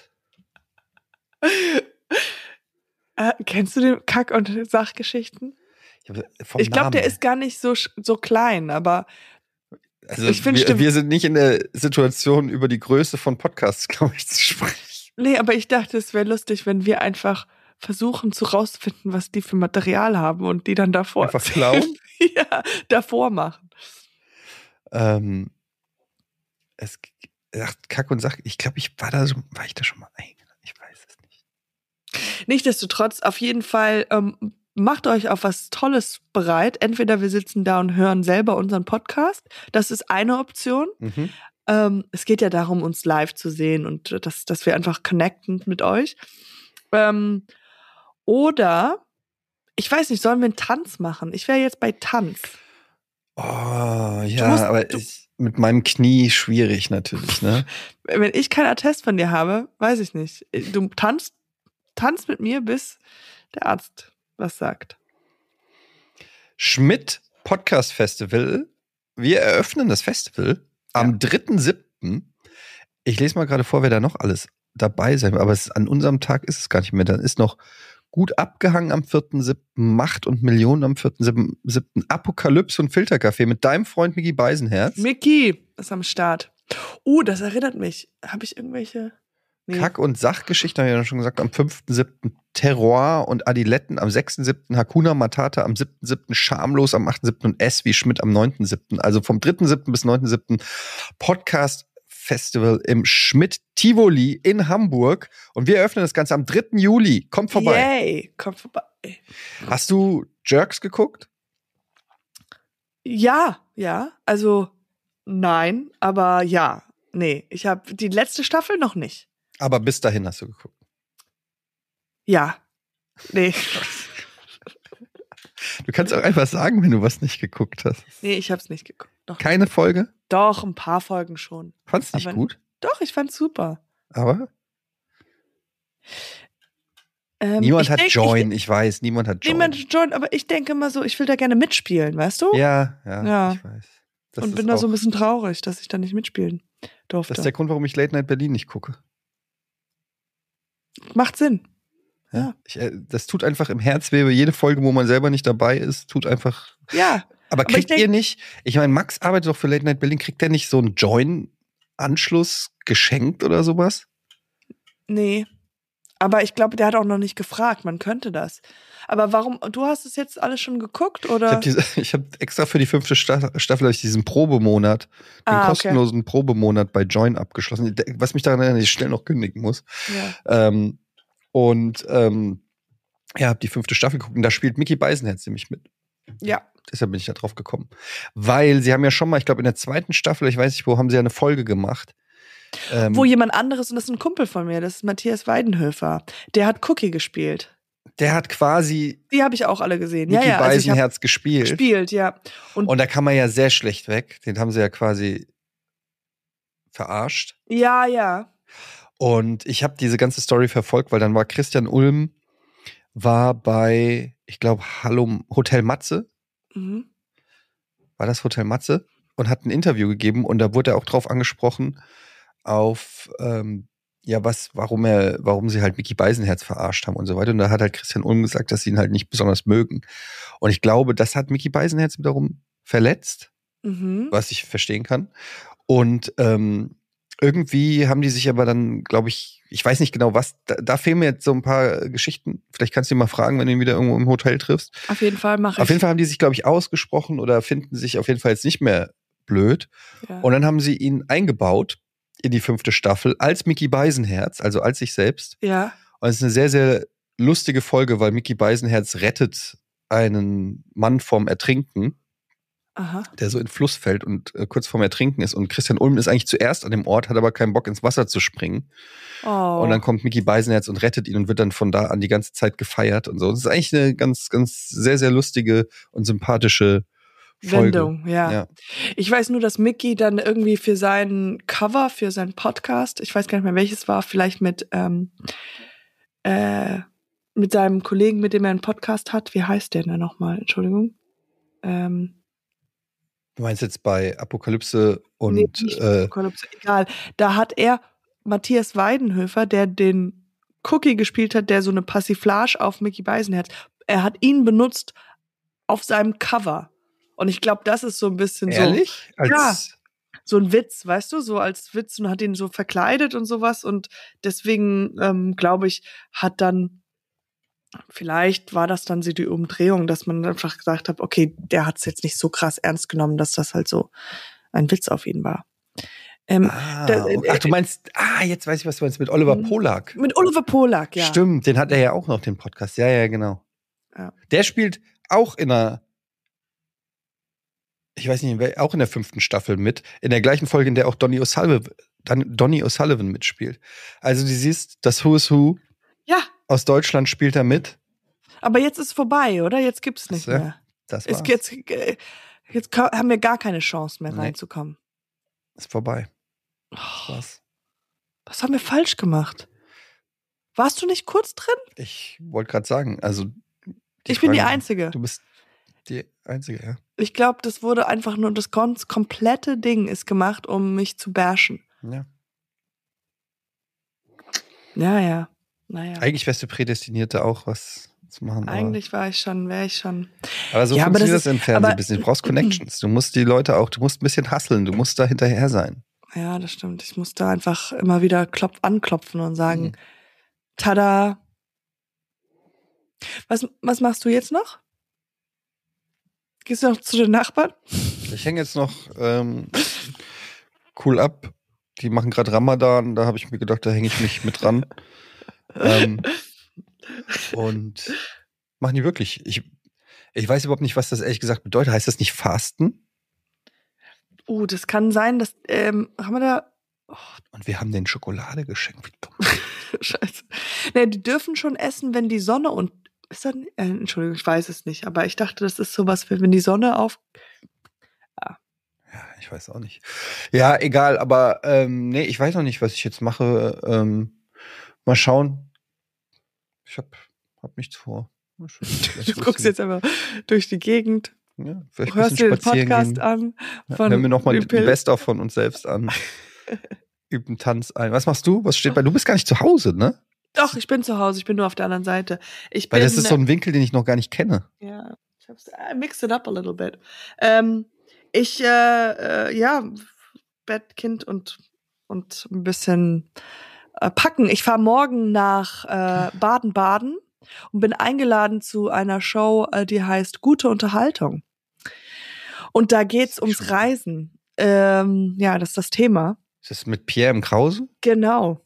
Äh, kennst du den Kack- und Sachgeschichten? Vom Ich glaube, der Namen. ist gar nicht so, sch- so klein, aber Also ich find, wir, stimmt- wir sind nicht in der Situation, über die Größe von Podcasts, glaube ich, zu sprechen. nee, aber ich dachte, es wäre lustig, wenn wir einfach versuchen zu rausfinden, was die für Material haben und die dann davor Einfach klauen? ja, davor machen. Ähm, es, ach, Kack und Sach, ich glaube, ich war da so, war ich da schon mal eingeladen? Ich weiß es nicht. Nichtsdestotrotz, auf jeden Fall, ähm, macht euch auf was Tolles bereit. Entweder wir sitzen da und hören selber unseren Podcast. Das ist eine Option. Mhm. Ähm, es geht ja darum, uns live zu sehen und äh, dass, dass wir einfach connecten mit euch. Ähm, oder, ich weiß nicht, sollen wir einen Tanz machen? Ich wäre jetzt bei Tanz. Oh, ja, musst- aber du- ich, mit meinem Knie schwierig natürlich, ne? Wenn ich keinen Attest von dir habe, weiß ich nicht. Du tanzt, tanzt mit mir, bis der Arzt was sagt. Schmidt Podcast Festival. Wir eröffnen das Festival am dritten siebten Ich lese mal gerade vor, wer da noch alles dabei sein wird. Aber es, an unserem Tag ist es gar nicht mehr. Dann ist noch gut abgehangen am vierten siebten Macht und Millionen am vierten siebten Apokalypse und Filterkaffee mit deinem Freund Micky Beisenherz. Micky ist am Start. Uh, das erinnert mich. Habe ich irgendwelche... Nee. Kack- und Sachgeschichten, habe ich ja schon gesagt, am fünften siebten Terroir und Adiletten, am sechsten siebten Hakuna Matata, am siebten siebten Schamlos, am achten siebten und S wie Schmidt am neunten siebten Also vom dritten siebten bis neunten siebten Podcast Festival im Schmidt Tivoli in Hamburg. Und wir eröffnen das Ganze am dritten Juli. Kommt vorbei. Yay, kommt vorbei. Hast du Jerks geguckt? Ja, ja, also nein, aber ja. Nee, ich habe die letzte Staffel noch nicht. Aber bis dahin hast du geguckt. Ja. Nee. Du kannst auch einfach sagen, wenn du was nicht geguckt hast. Nee, ich hab's nicht geguckt. Doch, Keine Folge? doch ein paar Folgen schon. Fand's nicht Aber- gut? Doch, ich fand's super. Aber Ähm, niemand ich hat denk, Join, Ich, ich weiß. Niemand hat Join. niemand joint, aber ich denke immer so, ich will da gerne mitspielen, weißt du? Ja, ja, Ja. ich weiß. Das Und ist bin da so auch- ein bisschen traurig, dass ich da nicht mitspielen durfte. Das ist der Grund, warum ich Late Night Berlin nicht gucke. Macht Sinn. Ja. Ja. Ich, äh, das tut einfach im Herz weh. Jede Folge, wo man selber nicht dabei ist, tut einfach. Ja. Aber ich kriegt denk- ihr nicht, ich meine, Max arbeitet doch für Late Night Berlin, kriegt der nicht so einen Join-Anschluss geschenkt oder sowas? Nee. Aber ich glaube, der hat auch noch nicht gefragt. Man könnte das. Aber warum? Du hast es jetzt alles schon geguckt, oder? Ich habe diese, ich hab extra für die fünfte Sta- Staffel hab ich diesen Probemonat, den Ah, okay. kostenlosen Probemonat bei Join abgeschlossen. Was mich daran erinnert, dass ich schnell noch kündigen muss. Ja. Ähm, und ähm, ja, habe die fünfte Staffel geguckt und da spielt Micky Beisenherz nämlich mit. Ja. Deshalb bin ich da drauf gekommen. Weil sie haben ja schon mal, ich glaube in der zweiten Staffel, ich weiß nicht wo, haben sie ja eine Folge gemacht. Ähm, Wo jemand anderes, und das ist ein Kumpel von mir, das ist Matthias Weidenhöfer, der hat Cookie gespielt. der hat quasi Die habe ich auch alle gesehen. Micky ja, ja, also ich hab Beisenherz gespielt. gespielt, ja. Und, Und da kann man ja sehr schlecht weg. Den haben sie ja quasi verarscht. ja, ja. Und ich habe diese ganze Story verfolgt, weil dann war Christian Ulm, war bei, ich glaube, Hallo Hotel Matze. Mhm. War das Hotel Matze? Und hat ein Interview gegeben und da wurde er auch drauf angesprochen, auf ähm, ja, was, warum er, warum sie halt Micky Beisenherz verarscht haben und so weiter. Und da hat halt Christian Ulm gesagt, dass sie ihn halt nicht besonders mögen. Und ich glaube, das hat Micky Beisenherz wiederum verletzt, Mhm. was ich verstehen kann. Und ähm, irgendwie haben die sich aber dann, glaube ich, ich weiß nicht genau was, da, da fehlen mir jetzt so ein paar Geschichten. Vielleicht kannst du ihn mal fragen, wenn du ihn wieder irgendwo im Hotel triffst. Auf jeden Fall mache ich. Auf jeden Fall haben die sich, glaube ich, ausgesprochen oder finden sich auf jeden Fall jetzt nicht mehr blöd. Ja. Und dann haben sie ihn eingebaut in die fünfte Staffel als Micky Beisenherz, also als sich selbst. ja. Und es ist eine sehr, sehr lustige Folge, weil Micky Beisenherz rettet einen Mann vom Ertrinken, Aha. der so in den Fluss fällt und äh, kurz vorm Ertrinken ist. Und Christian Ulm ist eigentlich zuerst an dem Ort, hat aber keinen Bock ins Wasser zu springen. Oh. Und dann kommt Micky Beisenherz und rettet ihn und wird dann von da an die ganze Zeit gefeiert und so. Das ist eigentlich eine ganz, ganz sehr, sehr lustige und sympathische Wendung, ja. ja. Ich weiß nur, dass Mickey dann irgendwie für seinen Cover, für seinen Podcast, ich weiß gar nicht mehr welches war, vielleicht mit ähm, äh, mit seinem Kollegen, mit dem er einen Podcast hat. Wie heißt der denn nochmal? Entschuldigung. Ähm, Du meinst jetzt bei Apokalypse und nee, nicht äh, Apokalypse, egal. Da hat er Matthias Weidenhöfer, der den Cookie gespielt hat, der so eine Persiflage auf Mickey Beisenherz, er hat ihn benutzt auf seinem Cover. Und ich glaube, das ist so ein bisschen ehrlich? so. Als Ja. So ein Witz, weißt du, so als Witz und hat ihn so verkleidet und sowas. Und deswegen, ähm, glaube ich, hat dann, vielleicht war das dann so die Umdrehung, dass man einfach gesagt hat, okay, der hat es jetzt nicht so krass ernst genommen, dass das halt so ein Witz auf ihn war. Ähm, ah, da, okay. Ach, du meinst, ah, jetzt weiß ich, was du meinst, mit Oliver Polak. Mit Oliver Polak, ja. Stimmt, den hat er ja auch noch, den Podcast. Ja, ja, genau. Ja. Der spielt auch in einer, ich weiß nicht, auch in der fünften Staffel mit, in der gleichen Folge, in der auch Donny O'Sullivan, Donny O'Sullivan mitspielt. Also du siehst, das Who is Who Ja. aus Deutschland spielt da mit. Aber jetzt ist vorbei, oder? Jetzt gibt's nicht ja, mehr. Das war's. Es, jetzt, jetzt haben wir gar keine Chance mehr Nee. reinzukommen. Ist vorbei. Oh, Das war's. was haben wir falsch gemacht? Warst du nicht kurz drin? Ich wollte gerade sagen, also Ich bin die Frage- Einzige. Du bist die Einzige, ja. Ich glaube, das wurde einfach nur, das kon- komplette Ding ist gemacht, um mich zu bashen. ja. Ja, ja. Naja. Eigentlich wärst du prädestiniert, da auch was zu machen. aber- Eigentlich war ich schon, wäre ich schon. Aber so Ja, aber funktioniert das das, ist- im Fernsehen aber- ein bisschen. Du brauchst Connections. Du musst die Leute auch, du musst ein bisschen hustlen. Du musst da hinterher sein. Ja, das stimmt. Ich musste einfach immer wieder klopf anklopfen und sagen, Mhm. tada. Was, was machst du jetzt noch? Gehst du noch zu den Nachbarn? Ich hänge jetzt noch ähm, cool ab. Die machen gerade Ramadan. Da habe ich mir gedacht, da hänge ich mich mit dran. ähm, und machen die wirklich. Ich, ich weiß überhaupt nicht, was das ehrlich gesagt bedeutet. Heißt das nicht Fasten? Uh, das kann sein, dass, ähm, haben wir da, Und wir haben denen Schokolade geschenkt. Wie dumm. Scheiße. Ne, die dürfen schon essen, wenn die Sonne und, ist das, äh, Entschuldigung, ich weiß es nicht, aber ich dachte, das ist sowas, wie wenn die Sonne auf, Ja, ich weiß auch nicht. Ja, egal, aber ähm, nee, ich weiß noch nicht, was ich jetzt mache. Ähm, mal schauen. Ich hab, hab nichts vor. Mal schauen, vielleicht du guckst bisschen- jetzt einfach durch die Gegend, ja, vielleicht ein hörst dir bisschen den spazieren Podcast gehen. an Ja, von hören wir nochmal dem den Pill. Best-of von uns selbst an. Üben Tanz ein. Was machst du? Was steht bei? Du bist gar nicht zu Hause, ne? Doch, ich bin zu Hause, ich bin nur auf der anderen Seite. Ich Weil bin, das ist so ein Winkel, den ich noch gar nicht kenne. ja, ich hab's, I mixed it up a little bit. Ähm, ich, äh, äh, ja, Bett, Kind und, und ein bisschen äh, packen. Ich fahre morgen nach äh, Baden-Baden und bin eingeladen zu einer Show, äh, die heißt Gute Unterhaltung. Und da geht's ums Reisen. Ähm, ja, das ist das Thema. Ist das mit Pierre im Krause? Genau.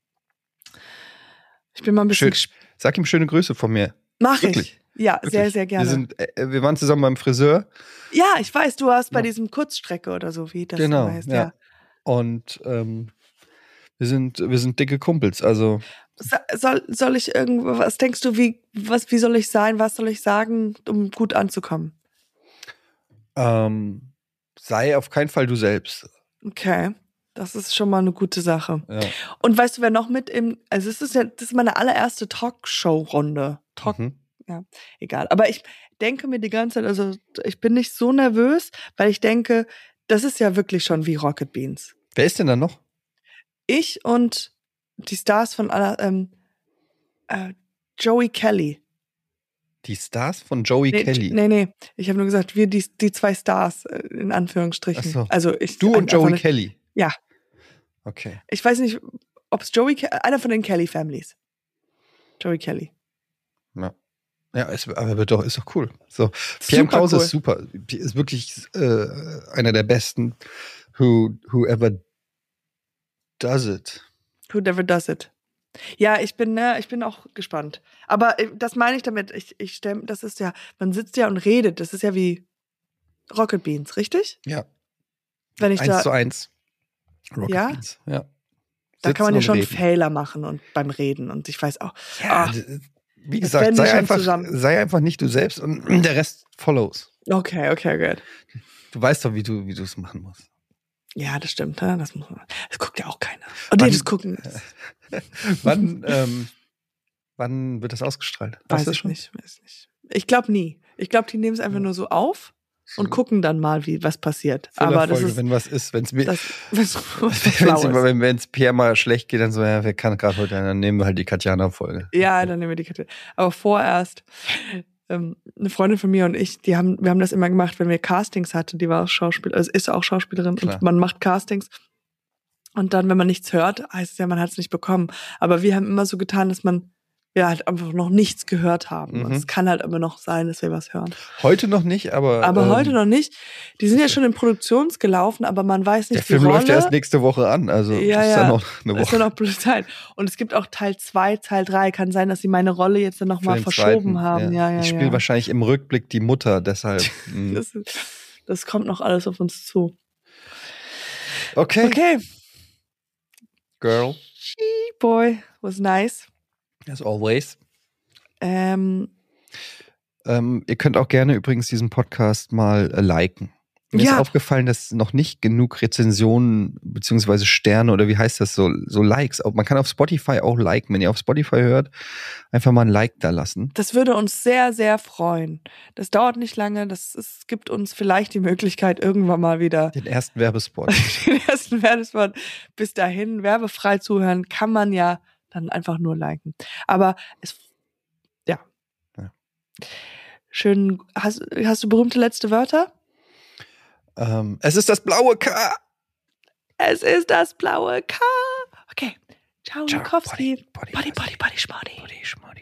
Ich bin mal ein bisschen Schön. Sag ihm schöne Grüße von mir. Mach Wirklich? ich. Ja, Wirklich. sehr, sehr gerne. Wir, sind, äh, wir waren zusammen beim Friseur. Ja, ich weiß, du warst bei Ja. diesem Kurzstrecke oder so, wie das Genau, heißt. ja. Ja. Und ähm, wir sind, wir sind dicke Kumpels. Also So- Soll, soll ich irgendwo, was denkst du, wie, was, wie soll ich sein, was soll ich sagen, um gut anzukommen? ähm, sei auf keinen Fall du selbst. Okay, das ist schon mal eine gute Sache. Ja. Und weißt du, wer noch mit im, also es ist ja, das ist meine allererste Talkshow-Runde. Talk, Mhm. egal. Aber ich denke mir die ganze Zeit, also ich bin nicht so nervös, weil ich denke, das ist ja wirklich schon wie Rocket Beans. Wer ist denn da noch? Ich und die Stars von aller, ähm, äh, Joey Kelly. Die Stars von Joey Nee, Kelly. Nee, nee. Ich habe nur gesagt, wir, die, die zwei Stars, äh, in Anführungsstrichen. Ach so. Also ich, Du und einfach Joey nicht- Kelly. Ja. Okay. Ich weiß nicht, ob es Joey, Ke- einer von den Kelly Families. Joey Kelly. Ja. Ja, ist, aber wird doch, ist doch cool. So, Pierre Super Krause cool. ist super. Ist wirklich äh, einer der besten, who, whoever does it. Who never does it. Ja, ich bin, ne, ich bin auch gespannt. Aber äh, das meine ich damit. Ich, ich stell, das ist ja, man sitzt ja und redet. Das ist ja wie Rocket Beans, richtig? Ja. Wenn ich eins da, zu eins. Rocket Ja? Beans. Ja. da kann man Sitzen ja und schon reden. Fehler machen und beim Reden. Und ich weiß auch, Ja, ah, d- wie gesagt, sei einfach, sei einfach nicht du selbst und der Rest follows. Okay, okay, gut. Du weißt doch, wie du wie du es machen musst. Ja, das stimmt. Das muss man. Das guckt ja auch keiner. Und die das gucken. wann, ähm, wann wird das ausgestrahlt? Weiß ich nicht, weiß nicht. Ich glaube nie. Ich glaube, die nehmen es einfach nur so auf und gucken dann mal, wie was passiert. Aber das ist, wenn was ist, wenn es mir, das, wenn's, wenn es Pierre mal schlecht geht, dann so, ja, wer kann gerade heute, dann nehmen wir halt die Katjana-Folge. Ja, dann nehmen wir die Katjana. Aber vorerst, ähm, eine Freundin von mir und ich, die haben, wir haben das immer gemacht, wenn wir Castings hatten, die war auch Schauspielerin, also ist auch Schauspielerin Klar. und man macht Castings. Und dann, wenn man nichts hört, heißt es ja, man hat es nicht bekommen. Aber wir haben immer so getan, dass man ja halt einfach noch nichts gehört haben. Mhm. Es kann halt immer noch sein, dass wir was hören. Heute noch nicht, aber... Aber ähm, heute noch nicht. Die sind ja schon in Produktion gelaufen, aber man weiß nicht, der Film die Rolle. läuft ja erst nächste Woche an, also ja, ist ja ja noch eine Woche. Ist ja noch blöd Zeit. Und es gibt auch Teil zwei, Teil drei. Kann sein, dass sie meine Rolle jetzt dann nochmal verschoben zweiten, haben. Ja. Ja, ja, ich spiele ja. wahrscheinlich im Rückblick die Mutter, deshalb... das, das kommt noch alles auf uns zu. Okay. Okay. Girl. She boy, was nice. As always. Ähm, ähm, ihr könnt auch gerne übrigens diesen Podcast mal äh, liken. Mir ja. ist aufgefallen, dass noch nicht genug Rezensionen beziehungsweise Sterne oder wie heißt das so, so Likes. Man kann auf Spotify auch liken. Wenn ihr auf Spotify hört, einfach mal ein Like da lassen. Das würde uns sehr, sehr freuen. Das dauert nicht lange. Das ist, gibt uns vielleicht die Möglichkeit, irgendwann mal wieder den ersten Werbespot. den ersten Werbespot. Bis dahin, werbefrei zuhören, kann man ja dann einfach nur liken. Aber es ja. ja. Schön. Hast, hast du berühmte letzte Wörter? Ähm, es ist das blaue K. Es ist das blaue K. Okay. Ciao, Ciao Lukowski. Body, Body, Body, Body, Schmoddy. Body, Schmoddy.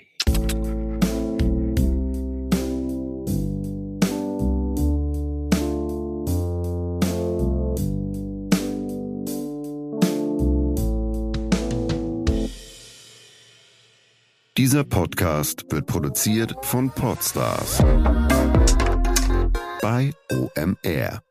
Dieser Podcast wird produziert von Podstars bei O M R.